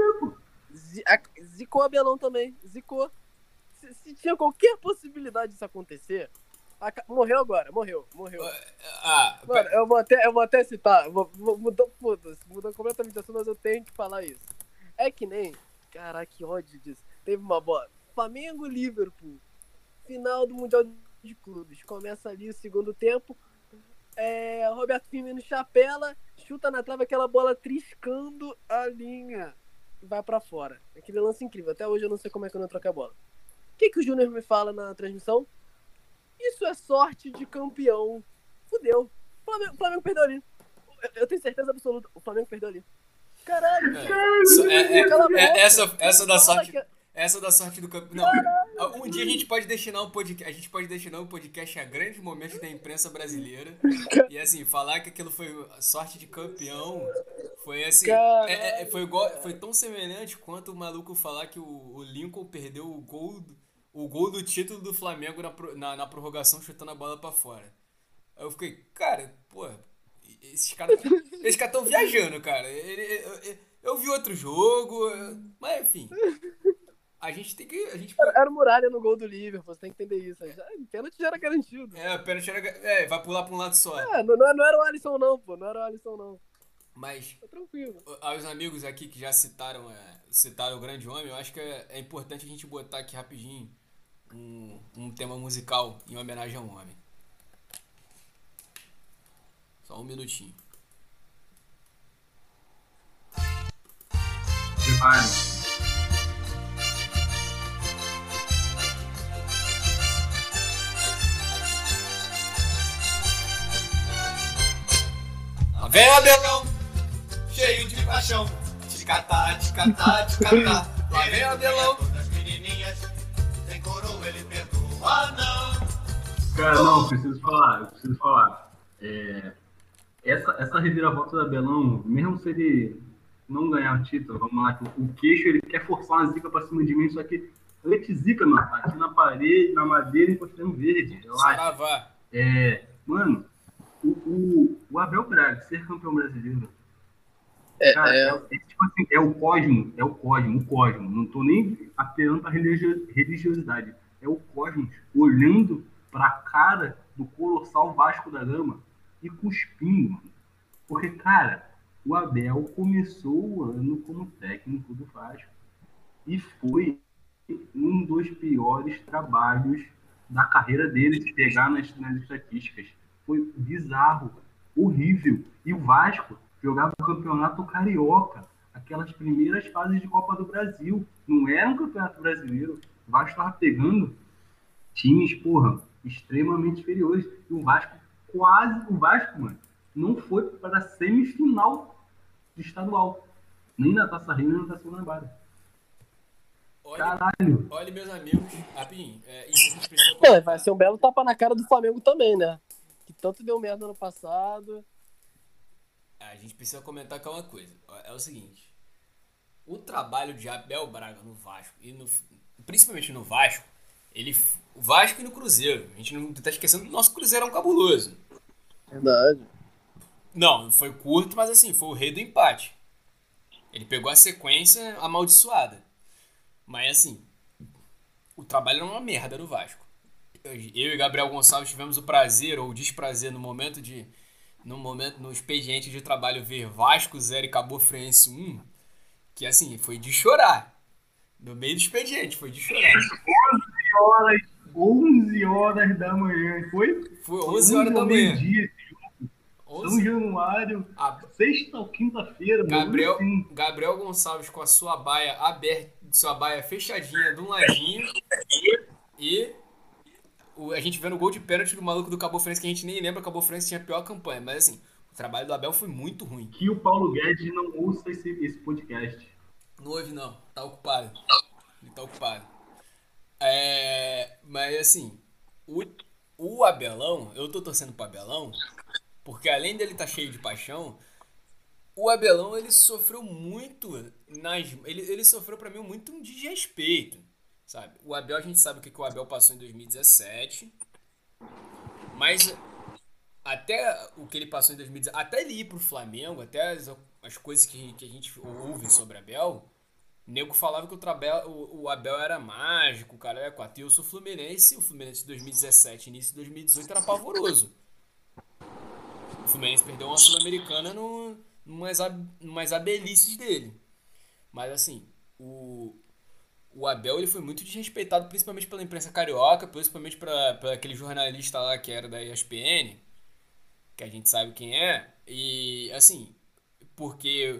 Aí. Zicou o Abelão também. Zicou. Se tinha qualquer possibilidade disso acontecer, morreu agora. Morreu. Mano, eu vou até citar. Mudou completamente de assunto, mas eu tenho que falar isso. É que nem... Caraca, que ódio disso. Teve uma bola. Flamengo e Liverpool. Final do Mundial de Clubes. Começa ali o segundo tempo. Roberto Firmino chapela, chuta na trave, aquela bola triscando a linha. Vai pra fora. Aquele lance incrível. Até hoje eu não sei como é que eu não troquei a bola. O que o Júnior me fala na transmissão? Isso é sorte de campeão. Fudeu. O Flamengo perdeu ali. Eu tenho certeza absoluta. O Flamengo perdeu ali. Caralho. Essa da sorte. Essa da sorte do campeão. Não, um dia a gente pode destinar um podcast a grandes momentos da imprensa brasileira. E assim, falar que aquilo foi sorte de campeão foi assim. Foi tão semelhante quanto o maluco falar que o Lincoln perdeu o gol do título do Flamengo na prorrogação, chutando a bola pra fora. Aí eu fiquei, cara, pô, esses caras estão viajando, cara. Eu vi outro jogo, mas enfim. A gente tem que... Era Muralha no gol do Liverpool, você tem que entender isso. Pênalti já era garantido. Pênalti vai pular pra um lado só. Não era o Alisson não, pô. Não era o Alisson não. Mas, tá tranquilo. Aos amigos aqui que já citaram o grande homem, eu acho que é importante a gente botar aqui rapidinho um tema musical em homenagem ao homem. Só um minutinho. Prepare. Vem o Abelão, cheio de paixão. Ticatá, ticatá, ticatá. Lá vem o Abelão. Das menininhas, sem coroa ele perdoa, não. Cara, não, eu preciso falar. Essa reviravolta do Abelão, mesmo se ele não ganhar o título, vamos lá, que o queixo ele quer forçar uma zica pra cima de mim, só que anti-zica, mano, aqui na parede, na madeira, encostando verde. Saravá. Mano, o Abel Braga ser campeão brasileiro, cara, tipo assim, é o cosmo. Não tô nem apelando pra religiosidade. É o cosmos olhando pra cara do colossal Vasco da Gama e cuspindo, mano. Porque, cara, o Abel começou o ano como técnico do Vasco e foi um dos piores trabalhos da carreira dele, se pegar nas estatísticas. Foi bizarro, horrível. E o Vasco jogava o campeonato carioca, aquelas primeiras fases de Copa do Brasil. Não era um campeonato brasileiro. O Vasco estava pegando times, porra, extremamente inferiores. E o Vasco, mano, não foi para a semifinal do estadual. Nem na Taça Rio, nem na Taça Guanabara. Caralho. Olha, meus amigos, rapidinho, isso a gente precisa Pô, vai ser um belo tapa na cara do Flamengo também, né? Que tanto deu merda no passado. A gente precisa comentar que é uma coisa. É o seguinte. O trabalho de Abel Braga no Vasco, principalmente no Vasco, o Vasco e no Cruzeiro. A gente não tá esquecendo do nosso Cruzeirão cabuloso. Verdade. Não, foi curto, mas assim, foi o rei do empate. Ele pegou a sequência amaldiçoada. Mas assim, o trabalho era uma merda no Vasco. Eu e Gabriel Gonçalves tivemos o prazer ou o desprazer no expediente de trabalho ver Vasco 0 e Cabo Friense 1, que assim, foi de chorar. No meio do expediente, foi de chorar. 11 horas da manhã, foi? Foi 11 horas da manhã. Dia, São Januário, sexta ou quinta-feira. Gabriel Gonçalves com a sua baia aberta, sua baia fechadinha de um ladinho. E a gente vendo o gol de pênalti do maluco do Cabo Friense, que a gente nem lembra que o Cabo Friense tinha a pior campanha. Mas assim, o trabalho do Abel foi muito ruim. Que o Paulo Guedes não ouça esse podcast. Não ouve não, tá ocupado. Ele tá ocupado. Mas assim, o Abelão, eu tô torcendo pro Abelão, porque além dele tá cheio de paixão, o Abelão ele sofreu muito ele sofreu pra mim muito um desrespeito, sabe? O Abel, a gente sabe o que o Abel passou em 2017, mas até o que ele passou em 2017, até ele ir pro Flamengo, até as coisas que a gente ouve sobre Abel, o nego falava que o Abel era mágico, o cara era quatro. Eu sou Fluminense, o Fluminense de 2017 início de 2018 era pavoroso. O Fluminense perdeu uma Sul-Americana numas abelices dele. Mas assim, o Abel ele foi muito desrespeitado, principalmente pela imprensa carioca, principalmente por aquele jornalista lá que era da ESPN, que a gente sabe quem é. E assim, porque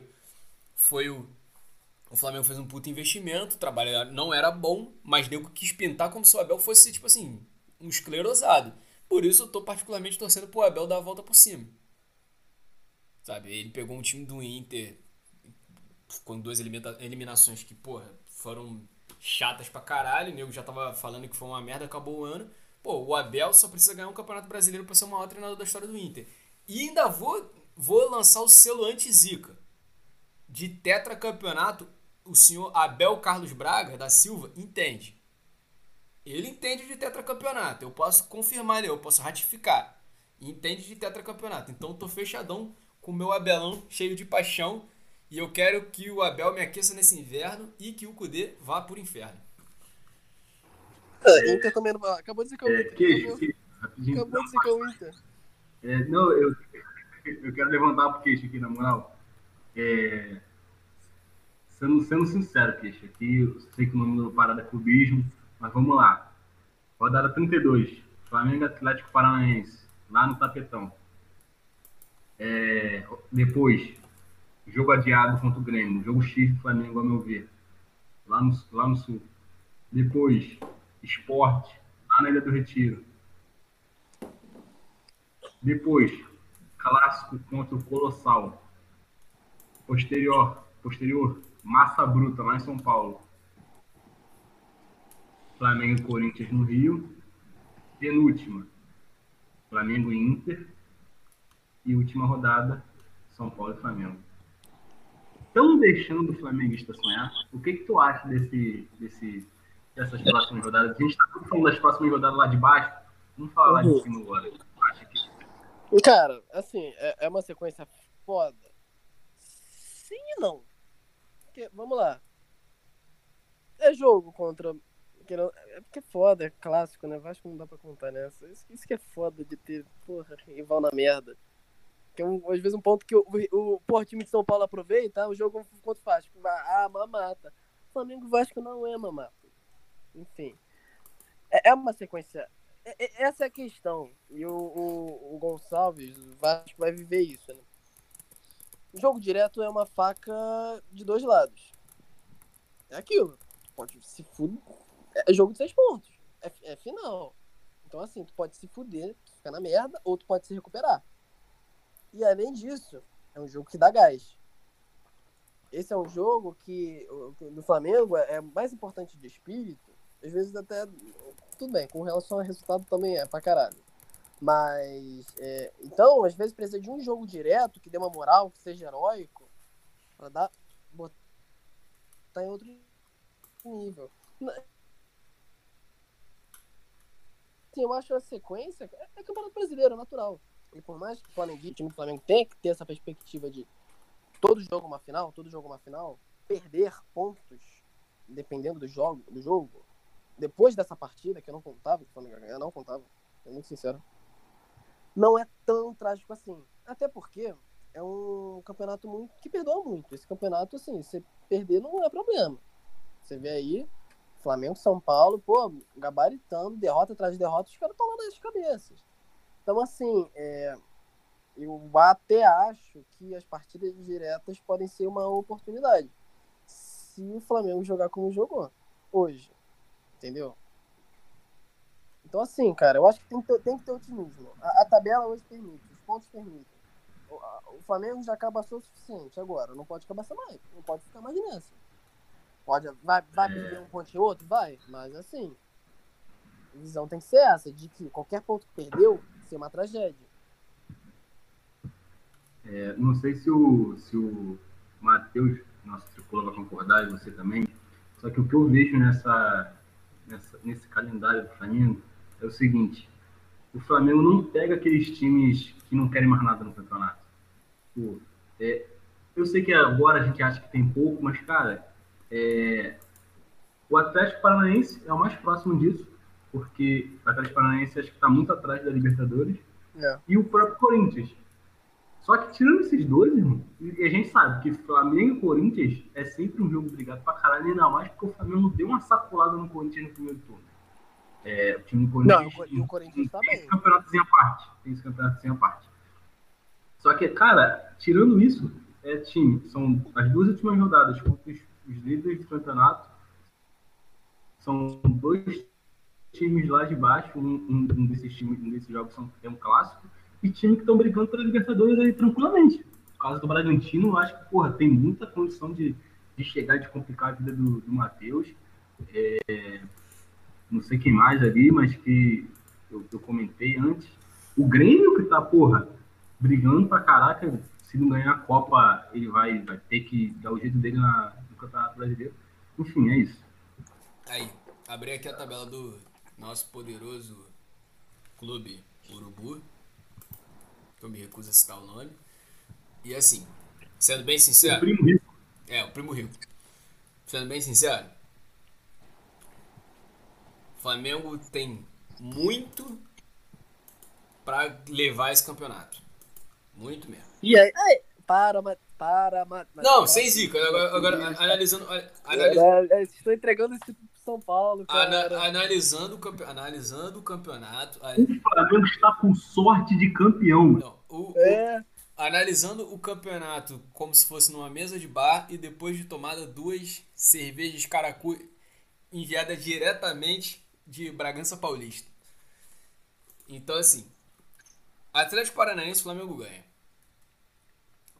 o Flamengo fez um puto investimento, o trabalho não era bom, mas nego quis pintar como se o Abel fosse, tipo assim, um esclerosado. Por isso eu tô particularmente torcendo pro Abel dar a volta por cima. Sabe, ele pegou um time do Inter com 2 eliminações que, porra, foram chatas pra caralho. O nego já tava falando que foi uma merda, acabou o ano. Pô, o Abel só precisa ganhar um campeonato brasileiro pra ser o maior treinador da história do Inter. E ainda vou lançar o selo anti-zica. De tetracampeonato, o senhor Abel Carlos Braga da Silva entende. Ele entende de tetracampeonato. Eu posso confirmar, eu posso ratificar. Entende de tetracampeonato. Então eu tô fechadão com o meu Abelão cheio de paixão. E eu quero que o Abel me aqueça nesse inverno e que o Cudê vá por inferno. Inter também não vai. Acabou de dizer que é o Inter. Rapidinho. Acabou de dizer que é o Inter. Não, eu quero levantar pro queixo aqui, na moral. Sendo sincero, queixo, aqui eu sei que o nome do parada é clubismo, mas vamos lá. Rodada 32, Flamengo Atlético Paranaense, lá no Tapetão. Depois, jogo adiado contra o Grêmio, jogo X do Flamengo, a meu ver, lá no Sul. Depois, Sport, lá na Ilha do Retiro. Depois, clássico contra o Colossal. Posterior, Massa Bruta, lá em São Paulo. Flamengo e Corinthians no Rio. Penúltima, Flamengo e Inter. E última rodada, São Paulo e Flamengo. Estão deixando o flamenguista sonhar? O que tu acha dessas próximas rodadas? A gente está falando das próximas rodadas lá de baixo. Vamos falar lá de cima agora. Cara, assim, é uma sequência foda. Sim e não. Porque, vamos lá. É jogo contra... É porque é foda, é clássico, né? Vasco não dá pra contar nessa. Isso que é foda de ter, porra, rival na merda. Que é às vezes um ponto que o time de São Paulo aproveita, o jogo contra o Vasco. Mamata. Flamengo e Vasco não é mamata. Enfim. É uma sequência. Essa é a questão. E o Gonçalves, o Vasco vai viver isso, né? O jogo direto é uma faca de dois lados. É aquilo. Pode se fuder. É jogo de 6 pontos. É final. Então, assim, tu pode se fuder, ficar na merda, ou tu pode se recuperar. E, além disso, é um jogo que dá gás. Esse é um jogo que, do Flamengo, é mais importante de espírito. Às vezes até... Tudo bem, com relação ao resultado também é pra caralho. Mas, então, às vezes precisa de um jogo direto, que dê uma moral, que seja heróico, pra botar em outro nível. Sim, eu acho a sequência é Campeonato Brasileiro, natural. E por mais que o time do Flamengo tenha que ter essa perspectiva de todo jogo uma final, perder pontos, dependendo do jogo, depois dessa partida, que eu não contava, que o Flamengo ia ganhar, não contava, sou muito sincero, não é tão trágico assim. Até porque é um campeonato que perdoa muito. Esse campeonato, assim, se perder não é problema. Você vê aí, Flamengo, São Paulo, pô, gabaritando, derrota atrás de derrota, os caras estão lá nas cabeças. Então, assim, eu até acho que as partidas diretas podem ser uma oportunidade. Se o Flamengo jogar como jogou hoje, entendeu? Então, assim, cara, eu acho que tem que ter otimismo. A tabela hoje permite, os pontos permitem. O Flamengo já cabaçou o suficiente agora, não pode cabaçar mais, não pode ficar mais nessa. Vai perder um ponto e outro? Vai, mas assim, a visão tem que ser essa, de que qualquer ponto que perdeu, ser uma tragédia. Não sei se o Matheus, nosso tricolor, vai concordar, e você também, só que o que eu vejo nesse calendário do Flamengo é o seguinte: o Flamengo não pega aqueles times que não querem mais nada no campeonato. Pô, eu sei que agora a gente acha que tem pouco, mas, cara, o Atlético Paranaense é o mais próximo disso, porque o Atlético Paranaense acho que está muito atrás da Libertadores, e o próprio Corinthians. Só que tirando esses dois, irmão, e a gente sabe que Flamengo e Corinthians é sempre um jogo brigado pra caralho, ainda mais porque o Flamengo deu uma sacolada no Corinthians no primeiro turno. O time do Corinthians... Não, e o Corinthians tá bem. Tem esse campeonatozinho à parte. Só que, cara, tirando isso, são as duas últimas rodadas contra os líderes do campeonato. São dois times lá de baixo, um desses jogos é um clássico, e time que estão brigando pela Libertadores aí tranquilamente. No caso do Bragantino, eu acho que, porra, tem muita condição de chegar e de complicar a vida do Matheus. Não sei quem mais ali, mas que eu comentei antes. O Grêmio que tá, porra, brigando pra caraca. Se não ganhar a Copa, ele vai ter que dar o jeito dele no Campeonato Brasileiro. Enfim, é isso. Aí, abri aqui a tabela do nosso poderoso clube Urubu. Eu me recuso a citar o nome. E assim, sendo bem sincero... O Primo Rico. O Primo Rico. Sendo bem sincero, o Flamengo tem muito pra levar esse campeonato. Muito mesmo. E aí, para. Não, sem zica. Agora analisando... Estou entregando esse tipo pro São Paulo, cara. Analisando o campeonato... O Flamengo está com sorte de campeão. Não, analisando o campeonato como se fosse numa mesa de bar e depois de tomada 2 cervejas Caracu enviadas diretamente de Bragança Paulista. Então, assim, Atlético Paranaense, Flamengo ganha.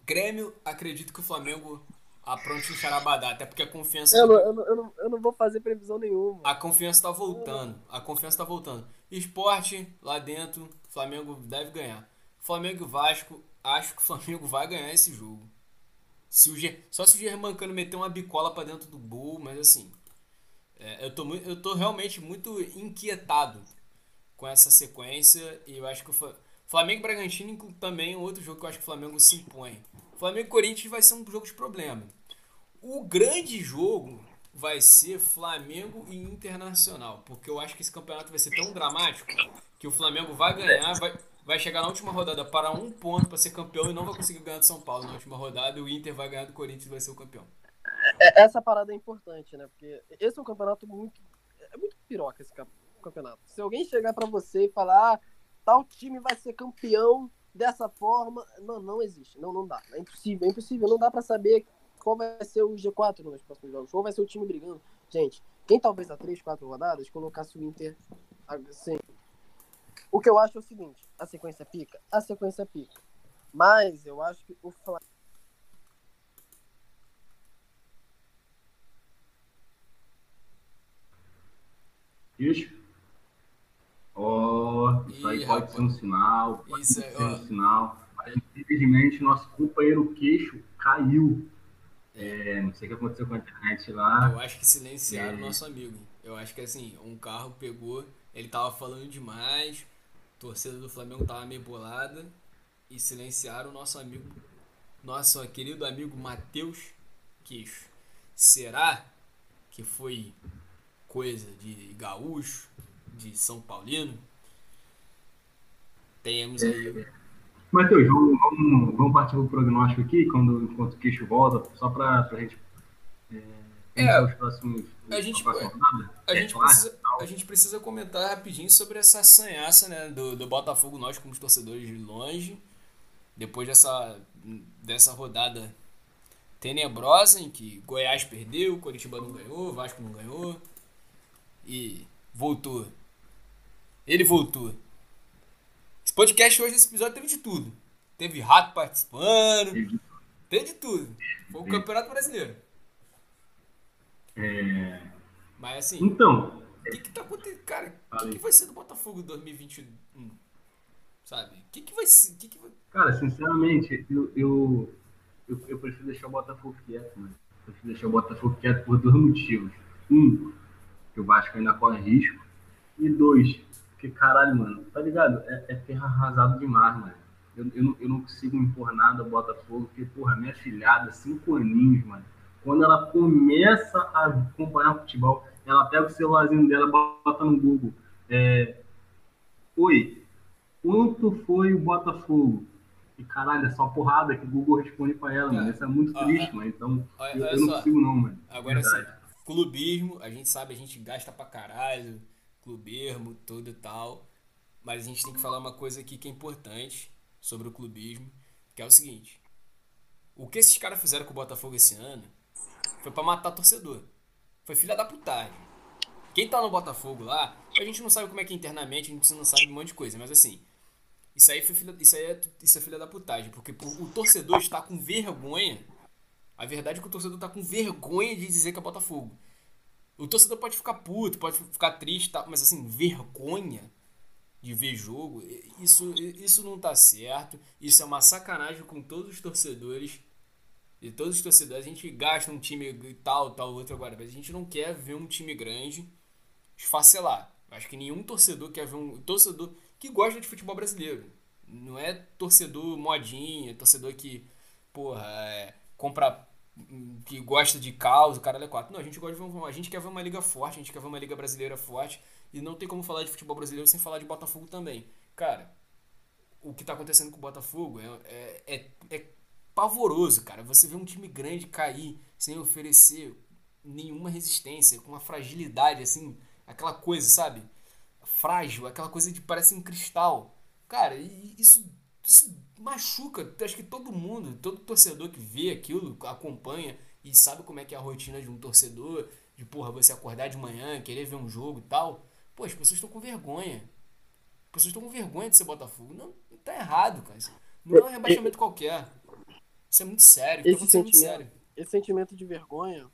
Grêmio, acredito que o Flamengo apronte um charabadá, até porque a confiança Eu não vou fazer previsão nenhuma. a confiança tá Eu não- voltando. A confiança tá voltando. Esporte, lá dentro, Flamengo deve ganhar. Flamengo e Vasco, acho que o Flamengo vai ganhar esse jogo. Só se o Germancano meter uma bicola pra dentro do gol, mas assim, eu tô realmente muito inquietado com essa sequência e eu acho que Flamengo e Bragantino também é outro jogo que eu acho que o Flamengo se impõe. Flamengo e Corinthians vai ser um jogo de problema. O grande jogo vai ser Flamengo e Internacional, porque eu acho que esse campeonato vai ser tão dramático que o Flamengo vai ganhar, vai chegar na última rodada para um ponto para ser campeão e não vai conseguir ganhar do São Paulo na última rodada e o Inter vai ganhar do Corinthians e vai ser o campeão. Essa parada é importante, né? Porque esse é um campeonato muito. É muito piroca esse campeonato. Se alguém chegar pra você e falar, tal time vai ser campeão dessa forma, não existe. Não dá. É impossível, é impossível. Não dá pra saber qual vai ser o G4 nos próximos jogos, qual vai ser o time brigando. Gente, quem talvez há 3, 4 rodadas colocasse o Inter assim. O que eu acho é o seguinte: a sequência pica, mas eu acho que o Flamengo. Isso. Ó, isso aí Ih, pode ser rapaz. um sinal, pode Isso não aí, ser um ó. sinal. Mas, infelizmente, nosso companheiro queixo caiu. É, Não sei o que aconteceu com a internet eu lá. acho que silenciaram o nosso amigo. Eu acho que assim, um carro pegou, ele tava falando demais, a torcida do Flamengo tava meio bolada e silenciaram o nosso amigo, nosso querido amigo Matheus Queixo. Será que foi coisa de gaúcho, de São Paulino? Temos aí. Matheus, vamos partir para o prognóstico aqui, enquanto o queixo volta, só para a gente pensar É, a a gente, próxima rodada. a É gente clássico precisa, e a tal. gente precisa comentar rapidinho sobre essa sanhaça, né, do Botafogo, nós como torcedores de longe, depois dessa rodada tenebrosa em que Goiás perdeu, Coritiba não ganhou, Vasco não ganhou e voltou. Ele voltou. Esse podcast hoje, esse episódio teve de tudo. Teve rato participando, teve de tudo. Foi o Campeonato Brasileiro. Mas assim, Então, o que tá acontecendo, cara? O que falei. vai ser do Botafogo em 2021? Sabe? O que vai ser? Cara, sinceramente, eu prefiro deixar o Botafogo quieto, mano. Eu prefiro deixar o Botafogo quieto por dois motivos. Um, que o Vasco ainda corre risco. E dois, que caralho, mano, tá ligado? É terra arrasado demais, mano. Eu não consigo impor nada ao Botafogo, porque, porra, minha filhada, 5 aninhos, mano, quando ela começa a acompanhar futebol, ela pega o celularzinho dela, bota no Google. É, Oi, quanto foi o Botafogo? E caralho, é só porrada que o Google responde pra ela, mano. Cara, Isso é muito ó, triste, mano. Então, olha eu não só. consigo não, mano. De Agora assim, verdade. clubismo, a gente sabe, a gente gasta pra caralho, clubismo, tudo e tal. Mas a gente tem que falar uma coisa aqui que é importante sobre o clubismo, que é o seguinte. O que esses caras fizeram com o Botafogo esse ano foi pra matar torcedor. Foi filha da putagem. Quem tá no Botafogo lá, a gente não sabe como é que é internamente, a gente não sabe um monte de coisa, mas assim, isso é filha da putagem, porque o torcedor está com vergonha. A verdade é que o torcedor tá com vergonha de dizer que é Botafogo. O torcedor pode ficar puto, pode ficar triste, tá, mas assim, vergonha de ver jogo, isso não tá certo. Isso é uma sacanagem com todos os torcedores. E todos os torcedores, a gente gasta um time tal, outro agora, mas a gente não quer ver um time grande esfacelar. Acho que nenhum torcedor quer ver um torcedor que gosta de futebol brasileiro. Não é torcedor modinha, é torcedor que, porra, compra, que gosta de caos, o cara é quatro. Não, a gente quer ver uma liga forte, a gente quer ver uma liga brasileira forte. E não tem como falar de futebol brasileiro sem falar de Botafogo também. Cara, o que tá acontecendo com o Botafogo é pavoroso, cara. Você vê um time grande cair sem oferecer nenhuma resistência, com uma fragilidade, assim, aquela coisa, sabe? Frágil, aquela coisa de parece um cristal. Cara, e isso machuca. Acho que todo mundo, todo torcedor que vê aquilo, acompanha e sabe como é que é a rotina de um torcedor, de porra, você acordar de manhã, querer ver um jogo e tal. Pô, as pessoas estão com vergonha. As pessoas estão com vergonha de ser Botafogo. Não, não tá errado, cara. Não é um rebaixamento qualquer. Isso é muito sério, o que tá Esse acontecendo é muito sentimento, sério. esse sentimento de vergonha,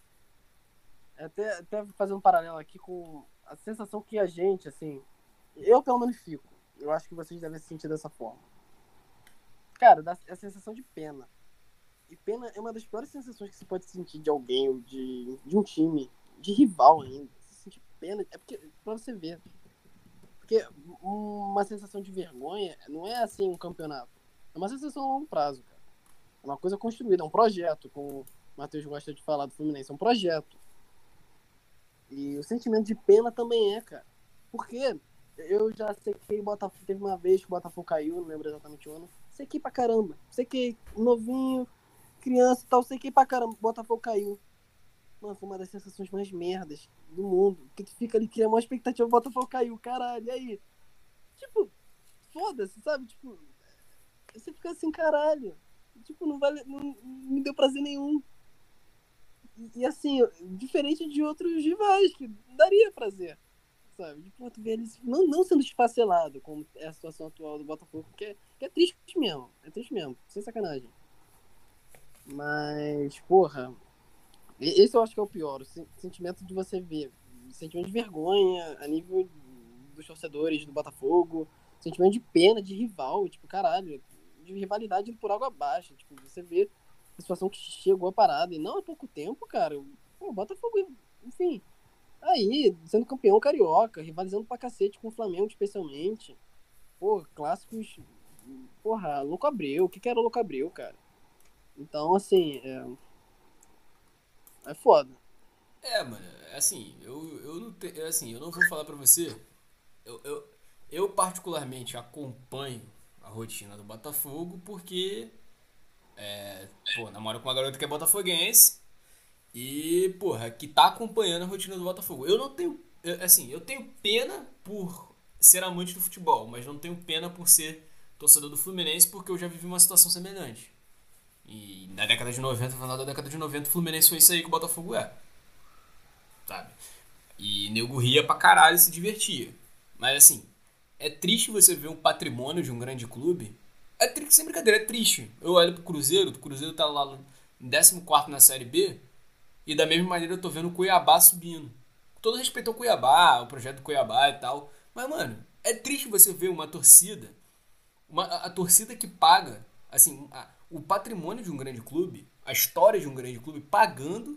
até fazendo um paralelo aqui com a sensação que a gente, assim, eu pelo menos fico. Eu acho que vocês devem se sentir dessa forma. Cara, é a sensação de pena. E pena é uma das piores sensações que se pode sentir de alguém, ou de um time, de rival ainda. Se sentir pena, é porque, pra você ver. Porque uma sensação de vergonha não é assim um campeonato. É uma sensação a longo prazo, cara. É uma coisa construída, é um projeto, como o Matheus gosta de falar do Fluminense, é um projeto. E o sentimento de pena também é, cara. Porque eu já sequei Botafogo, teve uma vez que o Botafogo caiu, não lembro exatamente o ano. Sequei pra caramba. Sequei novinho, criança e tal, sequei pra caramba. O Botafogo caiu. Mano, foi uma das sensações mais merdas do mundo. Porque tu fica ali, cria uma expectativa, o Botafogo caiu, caralho, e aí? Tipo, foda-se, sabe? Tipo, você fica assim, caralho. Tipo, não me deu prazer nenhum. E assim, diferente de outros rivais, que daria prazer, sabe? Tipo, tu vê eles não sendo esfacelado, como é a situação atual do Botafogo, que é triste mesmo. É triste mesmo, sem sacanagem. Mas, porra, esse eu acho que é o pior, o sentimento de você ver, sentimento de vergonha a nível dos torcedores do Botafogo, sentimento de pena, de rival, tipo, caralho, de rivalidade por água abaixo, tipo, você vê a situação que chegou a parada, e não há pouco tempo, cara, o Botafogo, enfim, aí, sendo campeão carioca, rivalizando pra cacete com o Flamengo, especialmente, pô, clássicos, porra, Louco Abreu, o que era o Louco Abreu, cara? Então, assim, é foda. Mano, assim, eu não assim, eu não vou falar pra você. Eu, eu, eu particularmente acompanho a rotina do Botafogo porque, pô, namoro com uma garota que é botafoguense e, porra, que tá acompanhando a rotina do Botafogo. Eu não tenho, assim, eu tenho pena por ser amante do futebol, mas não tenho pena por ser torcedor do Fluminense porque eu já vivi uma situação semelhante. E na década de 90, no final da década de 90, o Fluminense foi isso aí que o Botafogo é, sabe? E nego ria pra caralho e se divertia. Mas assim, é triste você ver um patrimônio de um grande clube. É triste, sem brincadeira, é triste. Eu olho pro Cruzeiro, o Cruzeiro tá lá em 14º na Série B, e da mesma maneira eu tô vendo o Cuiabá subindo. Com todo respeito ao Cuiabá, o projeto do Cuiabá e tal. Mas, mano, é triste você ver uma torcida, a torcida que paga, assim, o patrimônio de um grande clube, a história de um grande clube, pagando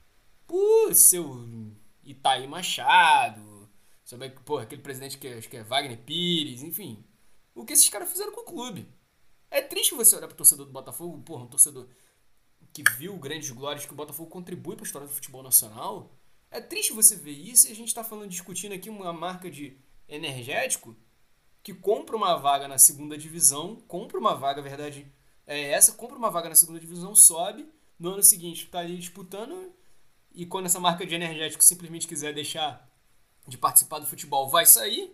por seu Itaí Machado, sabe, porra, aquele presidente que acho que é Wagner Pires, enfim. O que esses caras fizeram com o clube. É triste você olhar pro torcedor do Botafogo, porra, um torcedor que viu grandes glórias que o Botafogo contribui para a história do futebol nacional. É triste você ver isso e a gente tá falando, discutindo aqui uma marca de energético que compra uma vaga na segunda divisão, compra uma vaga, a verdade é essa, compra uma vaga na segunda divisão, sobe, no ano seguinte tá ali disputando e quando essa marca de energético simplesmente quiser deixar de participar do futebol, vai sair,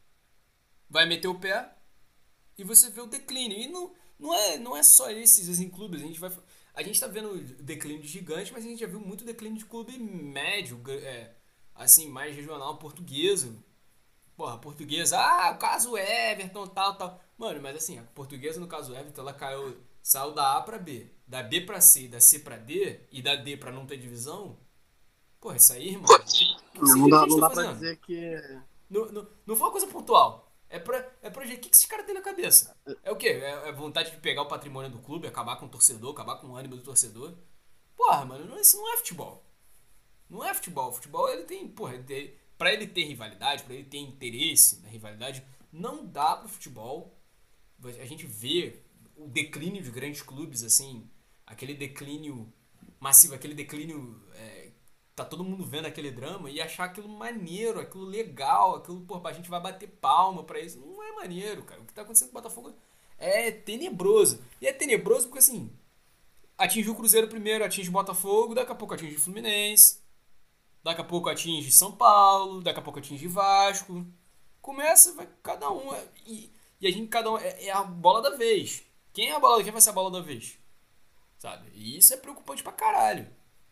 vai meter o pé e você vê o declínio. E não é só esses assim, clubes, a gente tá vendo declínio de gigante, mas a gente já viu muito declínio de clube médio, assim, mais regional, portuguesa. Porra, portuguesa, o caso Everton, tal, tal. Mano, mas assim, a portuguesa no caso Everton, ela saiu da A pra B, da B pra C, da C pra D e da D pra não ter divisão. Porra, isso aí, irmão, o que esses dirigentes Não estão dá pra fazendo? dizer que. Não foi uma coisa pontual. O que esses caras têm na cabeça? É o quê? É vontade de pegar o patrimônio do clube, acabar com o torcedor, acabar com o ânimo do torcedor? Porra, mano, isso não é futebol. Não é futebol. O futebol, ele tem, porra, pra ele ter rivalidade, pra ele ter interesse na rivalidade, não dá pro futebol. A gente vê o declínio de grandes clubes, assim, aquele declínio massivo, aquele declínio tá todo mundo vendo aquele drama e achar aquilo maneiro, aquilo legal, aquilo, pô, a gente vai bater palma pra isso. Não é maneiro, cara. O que tá acontecendo com o Botafogo é tenebroso. E é tenebroso porque, assim, atinge o Cruzeiro primeiro, atinge o Botafogo, daqui a pouco atinge o Fluminense, daqui a pouco atinge São Paulo, daqui a pouco atinge Vasco. Começa, vai cada um. E a gente, cada um, é a bola da vez. Quem vai ser a bola da vez? Sabe? E isso é preocupante pra caralho.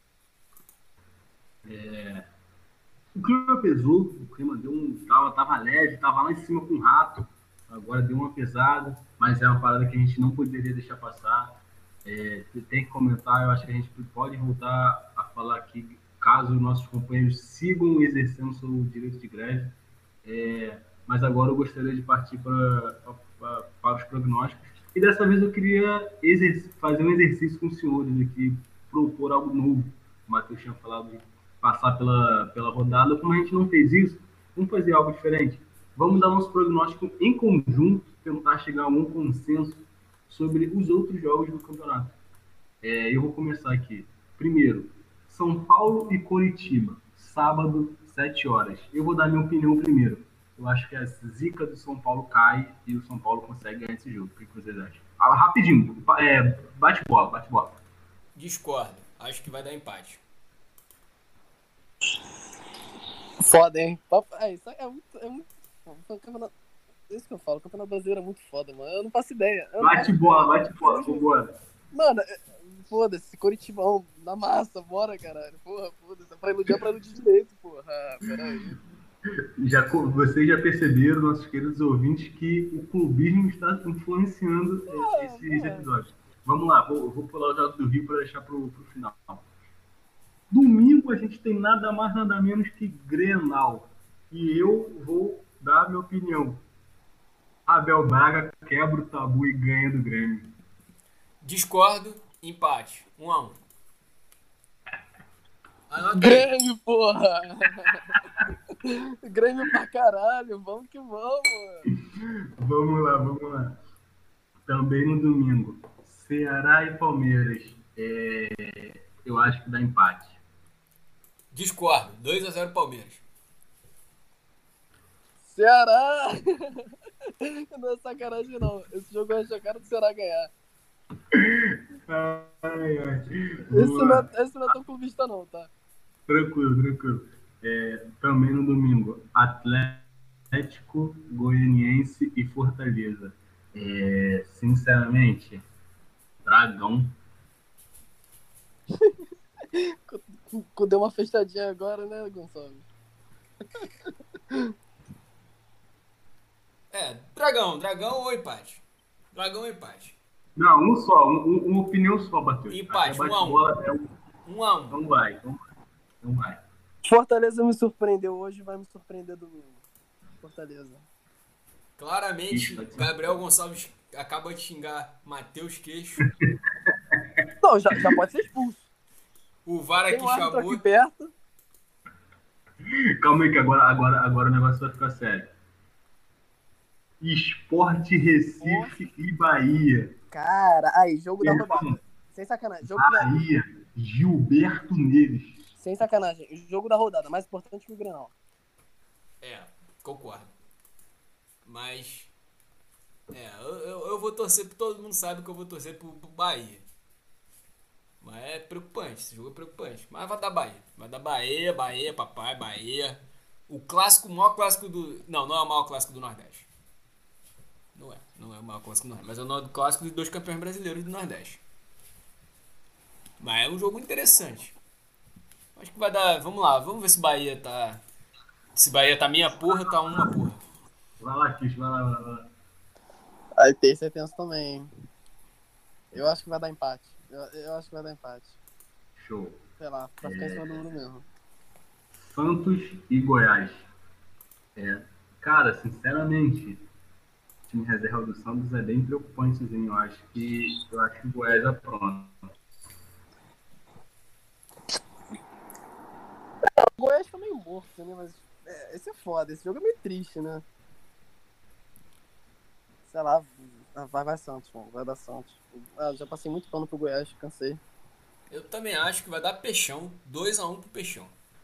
O clima pesou, o clima tava leve, tava lá em cima com o rato, agora deu uma pesada, mas é uma parada que a gente não poderia deixar passar. tem que comentar, eu acho que a gente pode voltar a falar aqui, caso nossos companheiros sigam exercendo seu direito de greve. Mas agora eu gostaria de partir para os prognósticos. E dessa vez eu queria fazer um exercício com os senhores aqui, propor algo novo. O Matheus tinha falado de passar pela rodada. Como a gente não fez isso, vamos fazer algo diferente. Vamos dar nosso prognóstico em conjunto, tentar chegar a um consenso sobre os outros jogos do campeonato. Eu vou começar aqui. Primeiro, São Paulo e Coritiba, sábado, 7 horas. Eu vou dar minha opinião primeiro. Eu acho que a zica do São Paulo cai e o São Paulo consegue ganhar esse jogo. O que vocês acham? Rapidinho, bate bola, bate bola. Discordo. Acho que vai dar empate. Foda, hein? Isso é muito. Isso que eu falo, o campeonato brasileiro é muito foda, mano. Eu não faço ideia. Bate bola, vambora. Mano, foda-se, Coritibão, na massa, bora, caralho. Porra, foda-se. É pra iludir direito, porra. Peraí. Vocês já perceberam, nossos queridos ouvintes, que o clubismo está influenciando esses episódios. Vamos lá, vou pular o jogo do Rio para deixar pro final. Domingo a gente tem nada mais, nada menos que Grenal. E eu vou dar minha opinião. Abel Braga quebra o tabu e ganha do Grêmio. Discordo, empate. 1-1. Grêmio, porra! Grêmio pra caralho, vamos que vamos! Vamos lá. Também no domingo, Ceará e Palmeiras. Eu acho que dá empate. Discordo, 2-0 Palmeiras. Ceará! Não é sacanagem, não. Esse jogo eu acho a cara do Ceará ganhar. Esse não é tão clubista, não, tá? Tranquilo. Também no domingo, Atlético Goianiense e Fortaleza. Sinceramente, Dragão. Deu uma fechadinha agora, né, Gonçalves? Dragão ou empate? Dragão ou empate? Não, um só, uma opinião só, Matheus. Empate, 1-1. 1-1. Então vai. Fortaleza me surpreendeu hoje, vai me surpreender domingo. Fortaleza. Claramente, Gabriel Gonçalves acaba de xingar Matheus Queixo. Não, já pode ser expulso. O VAR aqui chamou. Aqui perto. Calma aí que agora o negócio vai ficar sério. Sport Recife e Bahia. Cara, aí, jogo da rodada. Sem sacanagem. Bahia, Gilberto Neves. Sem sacanagem. Jogo da rodada, mais importante que o Grenal. Concordo. Mas eu vou torcer, todo mundo sabe que eu vou torcer pro Bahia. Mas é preocupante, esse jogo é preocupante. Mas vai dar Bahia. Bahia, papai, Bahia. O maior clássico do... Não é o maior clássico do Nordeste. Não é o maior clássico do Nordeste. Mas é o maior clássico dos 2 campeões brasileiros do Nordeste. Mas é um jogo interessante. Acho que vai dar... Vamos lá, vamos ver se Bahia tá... Se Bahia tá minha porra, tá uma porra. Vai lá, Kish, vai lá. Aí terça é tenso também, hein? Eu acho que vai dar empate. Eu acho que vai dar empate. Show. Sei lá, pra ficar em cima do muro mesmo. Santos e Goiás. Cara, sinceramente, o time reserva do Santos é bem preocupantezinho. Eu acho que o Goiás apronta. O Goiás tá meio morto, né? Mas esse é foda. Esse jogo é meio triste, né? Sei lá, vai Santos, mano. Vai dar Santos. Já passei muito pano pro Goiás, cansei. Eu também acho que vai dar Peixão. 2-1 pro Peixão.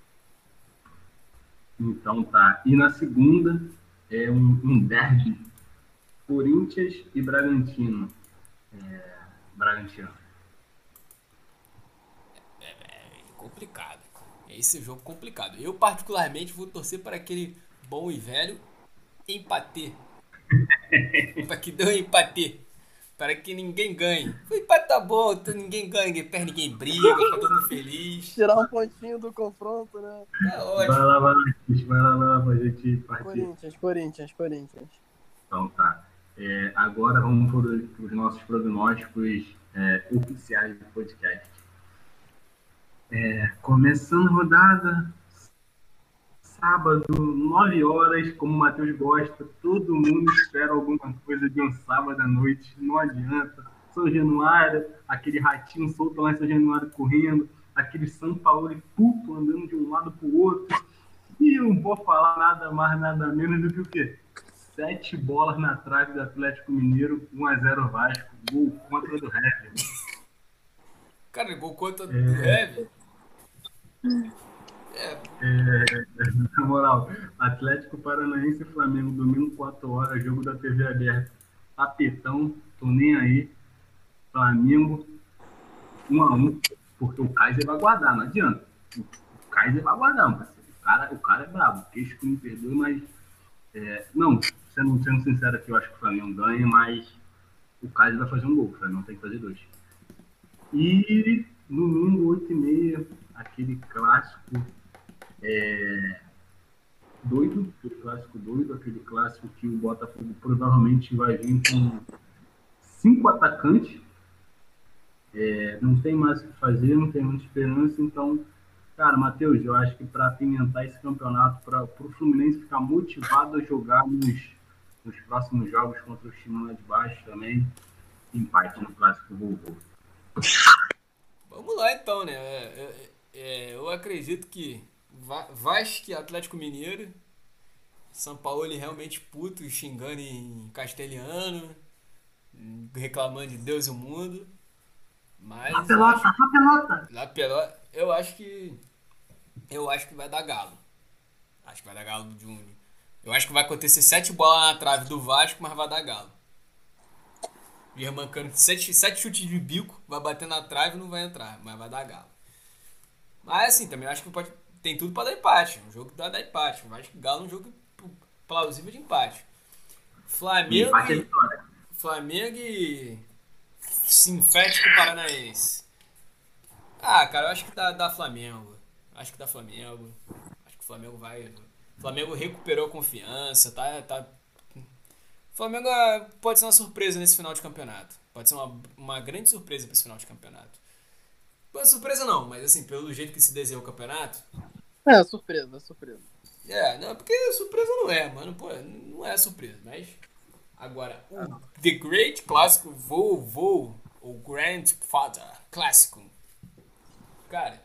Então tá. E na segunda é um derby. Corinthians e Bragantino. Bragantino. Complicado. Esse jogo complicado. Eu particularmente vou torcer para aquele bom e velho empate. Para que dê um empate. Para que ninguém ganhe. O empate tá bom, ninguém ganha, ninguém perde, ninguém briga, tá todo mundo feliz. Tirar um pontinho do confronto, né? Tá ótimo. Vai lá pra gente partir. Corinthians. Então tá. Agora vamos para os nossos prognósticos oficiais do podcast. Começando a rodada, sábado, 9 horas, como o Matheus gosta, todo mundo espera alguma coisa de um sábado à noite, não adianta. São Januário, aquele ratinho solto lá em São Januário correndo, aquele São Paulo puto andando de um lado para o outro. E eu não vou falar nada mais, nada menos do que o quê? 7 bolas na trave do Atlético Mineiro, 1-0 Vasco, gol contra do Hever. Cara, gol contra do Hever. Na moral, Atlético Paranaense e Flamengo, domingo 4 horas, jogo da TV aberta. Tapetão, tô nem aí. Flamengo 1-1, porque o Kaiser vai guardar, não adianta. O Kaiser vai guardar, mas o cara é brabo. O queixo que me perdoe, mas. Não, sendo sincero aqui, eu acho que o Flamengo ganha, mas o Kaiser vai fazer um gol, o Flamengo tem que fazer 2. E domingo, 8h30, aquele clássico doido, aquele clássico que o Botafogo provavelmente vai vir com 5 atacantes. Não tem mais o que fazer, não tem muita esperança, então, cara, Matheus, eu acho que para apimentar esse campeonato, para o Fluminense ficar motivado a jogar nos próximos jogos contra os times lá de baixo também, empate no clássico vovô. Vamos lá então, né? Eu acredito que Vasco e Atlético Mineiro, São Paulo realmente puto, xingando em castelhano, reclamando de Deus e o mundo. Mas A pelota! La Pelota, eu acho que vai dar Galo. Acho que vai dar Galo do Júnior. Eu acho que vai acontecer 7 bolas na trave do Vasco, mas vai dar Galo. Mancando 7 chutes de bico, vai bater na trave e não vai entrar, mas vai dar Galo. Mas assim, também acho que tem tudo pra dar empate. Um jogo que dá empate. Eu acho que Galo é um jogo plausível de empate. Flamengo e Sinfético Paranaense. Ah, cara, eu acho que dá Flamengo. Acho que o Flamengo vai. O Flamengo recuperou a confiança, tá. O Flamengo pode ser uma surpresa nesse final de campeonato. Pode ser uma grande surpresa pra esse final de campeonato. Não é surpresa não, mas assim, pelo jeito que se desenha o campeonato. Surpresa. Não, porque surpresa não é, mano. Pô, não é surpresa, mas. Agora, o The Great Clássico Vovô, ou Grandfather Clássico. Cara,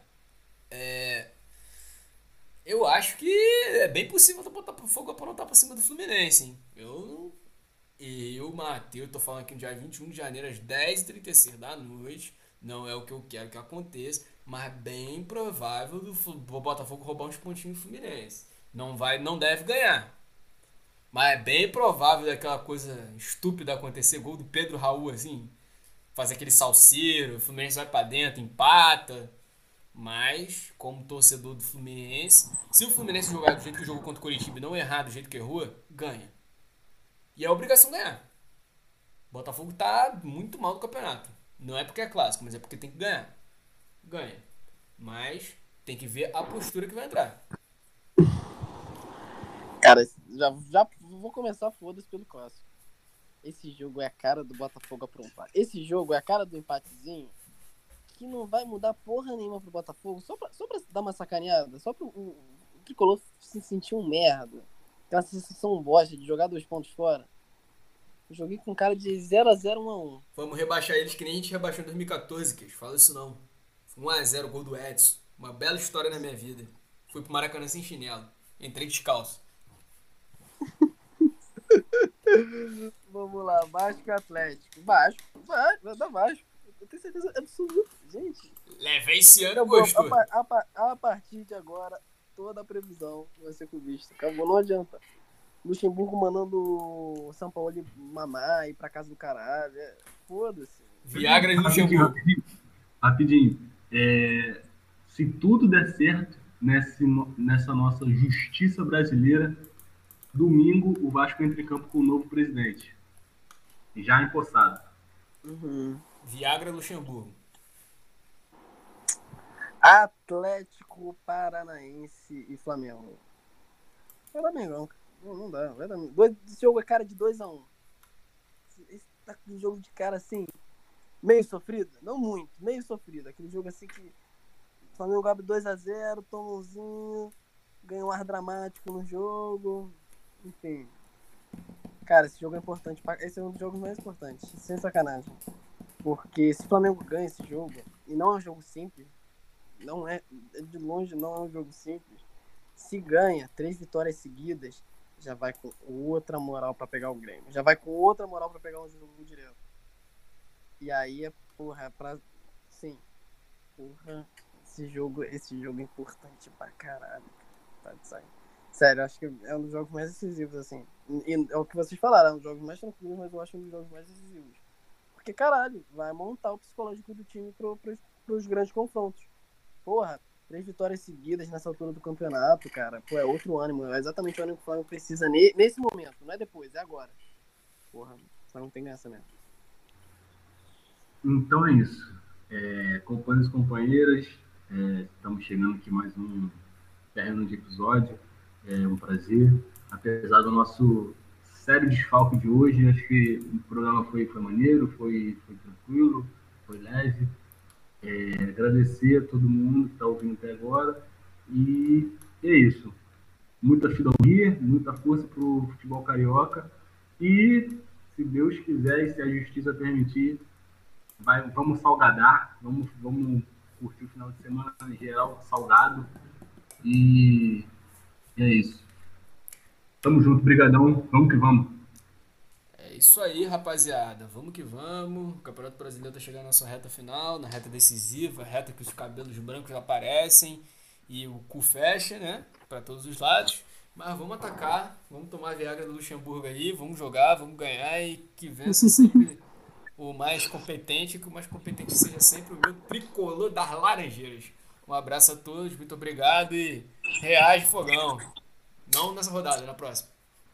eu acho que é bem possível o Botafogo aprontar pra cima do Fluminense, hein? Matheus, tô falando aqui no dia 21 de janeiro, às 10h36 da noite. Não é o que eu quero que aconteça, mas é bem provável do Botafogo roubar uns pontinhos do Fluminense. Não deve ganhar. Mas é bem provável daquela coisa estúpida acontecer, gol do Pedro Raul, assim, faz aquele salseiro, o Fluminense vai pra dentro, empata. Mas, como torcedor do Fluminense, se o Fluminense jogar do jeito que jogou contra o Coritiba e não errar do jeito que errou, ganha. E é obrigação ganhar. O Botafogo tá muito mal no campeonato. Não é porque é clássico, mas é porque tem que ganhar. Ganha. Mas tem que ver a postura que vai entrar. Cara, já vou começar, foda-se, pelo clássico. Esse jogo é a cara do Botafogo aprontar. Esse jogo é a cara do empatezinho que não vai mudar porra nenhuma pro Botafogo, só pra dar uma sacaneada, só pro o Tricolor se sentir um merda. Aquela sensação bosta de jogar 2 pontos fora. Eu joguei com cara de 0-0, 1-1. Vamos rebaixar eles que nem a gente rebaixou em 2014, que fala isso não. 1-0, gol do Edson. Uma bela história na minha vida. Fui pro Maracanã sem chinelo. Entrei descalço. Vamos lá, Vasco e Atlético. Vai dar Vasco. Eu tenho certeza absoluta, gente. Levei esse ano, gostou. A partir de agora, toda a previsão vai ser clubista. Acabou, não adianta. Luxemburgo mandando o São Paulo mamar, ir pra casa do caralho. Foda-se. Viagra de Luxemburgo. Rapidinho. Se tudo der certo nessa nossa justiça brasileira, domingo o Vasco entra em campo com o novo presidente. Já empossado. Viagra Luxemburgo. Atlético Paranaense e Flamengo. Vai dar Mengão. Não dá. Esse jogo é cara de 2-1. esse tá com um jogo de cara assim, meio sofrido, não muito, meio sofrido. Aquele jogo assim que o Flamengo abre 2-0, toma umzinho, ganha um ar dramático no jogo, enfim. Cara, esse jogo é importante, esse é um dos jogos mais importantes, sem sacanagem. Porque se o Flamengo ganha esse jogo, e não é um jogo simples, não é, de longe não é um jogo simples, se ganha 3 vitórias seguidas, já vai com outra moral pra pegar o Grêmio. Já vai com outra moral pra pegar um jogo direto. E aí é pra... Sim. Esse jogo é importante pra caralho. Tá de sair. Sério, acho que é um dos jogos mais decisivos, assim. E é o que vocês falaram, é um dos jogos mais tranquilos, mas eu acho um dos jogos mais decisivos. Porque, caralho, vai montar o psicológico do time pros grandes confrontos. 3 vitórias seguidas nessa altura do campeonato, cara. É outro ânimo. É exatamente o ânimo que o Flamengo precisa nesse momento. Não é depois, é agora. O Flamengo tem essa mesmo. Então é isso. Companheiros e companheiras, estamos chegando aqui mais um terreno de episódio. É um prazer. Apesar do nosso sério desfalque de hoje, acho que o programa foi maneiro, foi tranquilo, foi leve. Agradecer a todo mundo que está ouvindo até agora. E é isso. Muita fidelidade, muita força para o futebol carioca. E, se Deus quiser e se a justiça permitir, vamos salgadar, vamos curtir o final de semana em geral salgado. E é isso. Tamo junto, brigadão. Vamos que vamos. É isso aí, rapaziada. Vamos que vamos. O Campeonato Brasileiro tá chegando na sua reta final, na reta decisiva, reta que os cabelos brancos aparecem e o cu fecha, né? Pra todos os lados. Mas vamos atacar, vamos tomar a Viagra do Luxemburgo aí, vamos jogar, vamos ganhar e que vença sempre o mais competente, que o mais competente seja sempre o meu tricolor das Laranjeiras. Um abraço a todos, muito obrigado e reage fogão. Não nessa rodada, na próxima.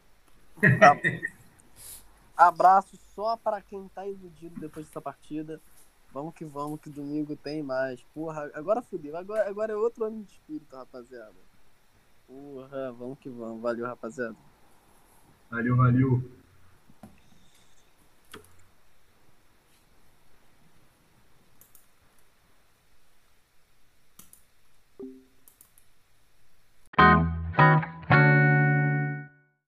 Abraço só para quem tá iludido depois dessa partida. Vamos, que domingo tem mais. Agora fudeu. Agora é outro ano de espírito, rapaziada. Vamos que vamos. Valeu, rapaziada. Valeu.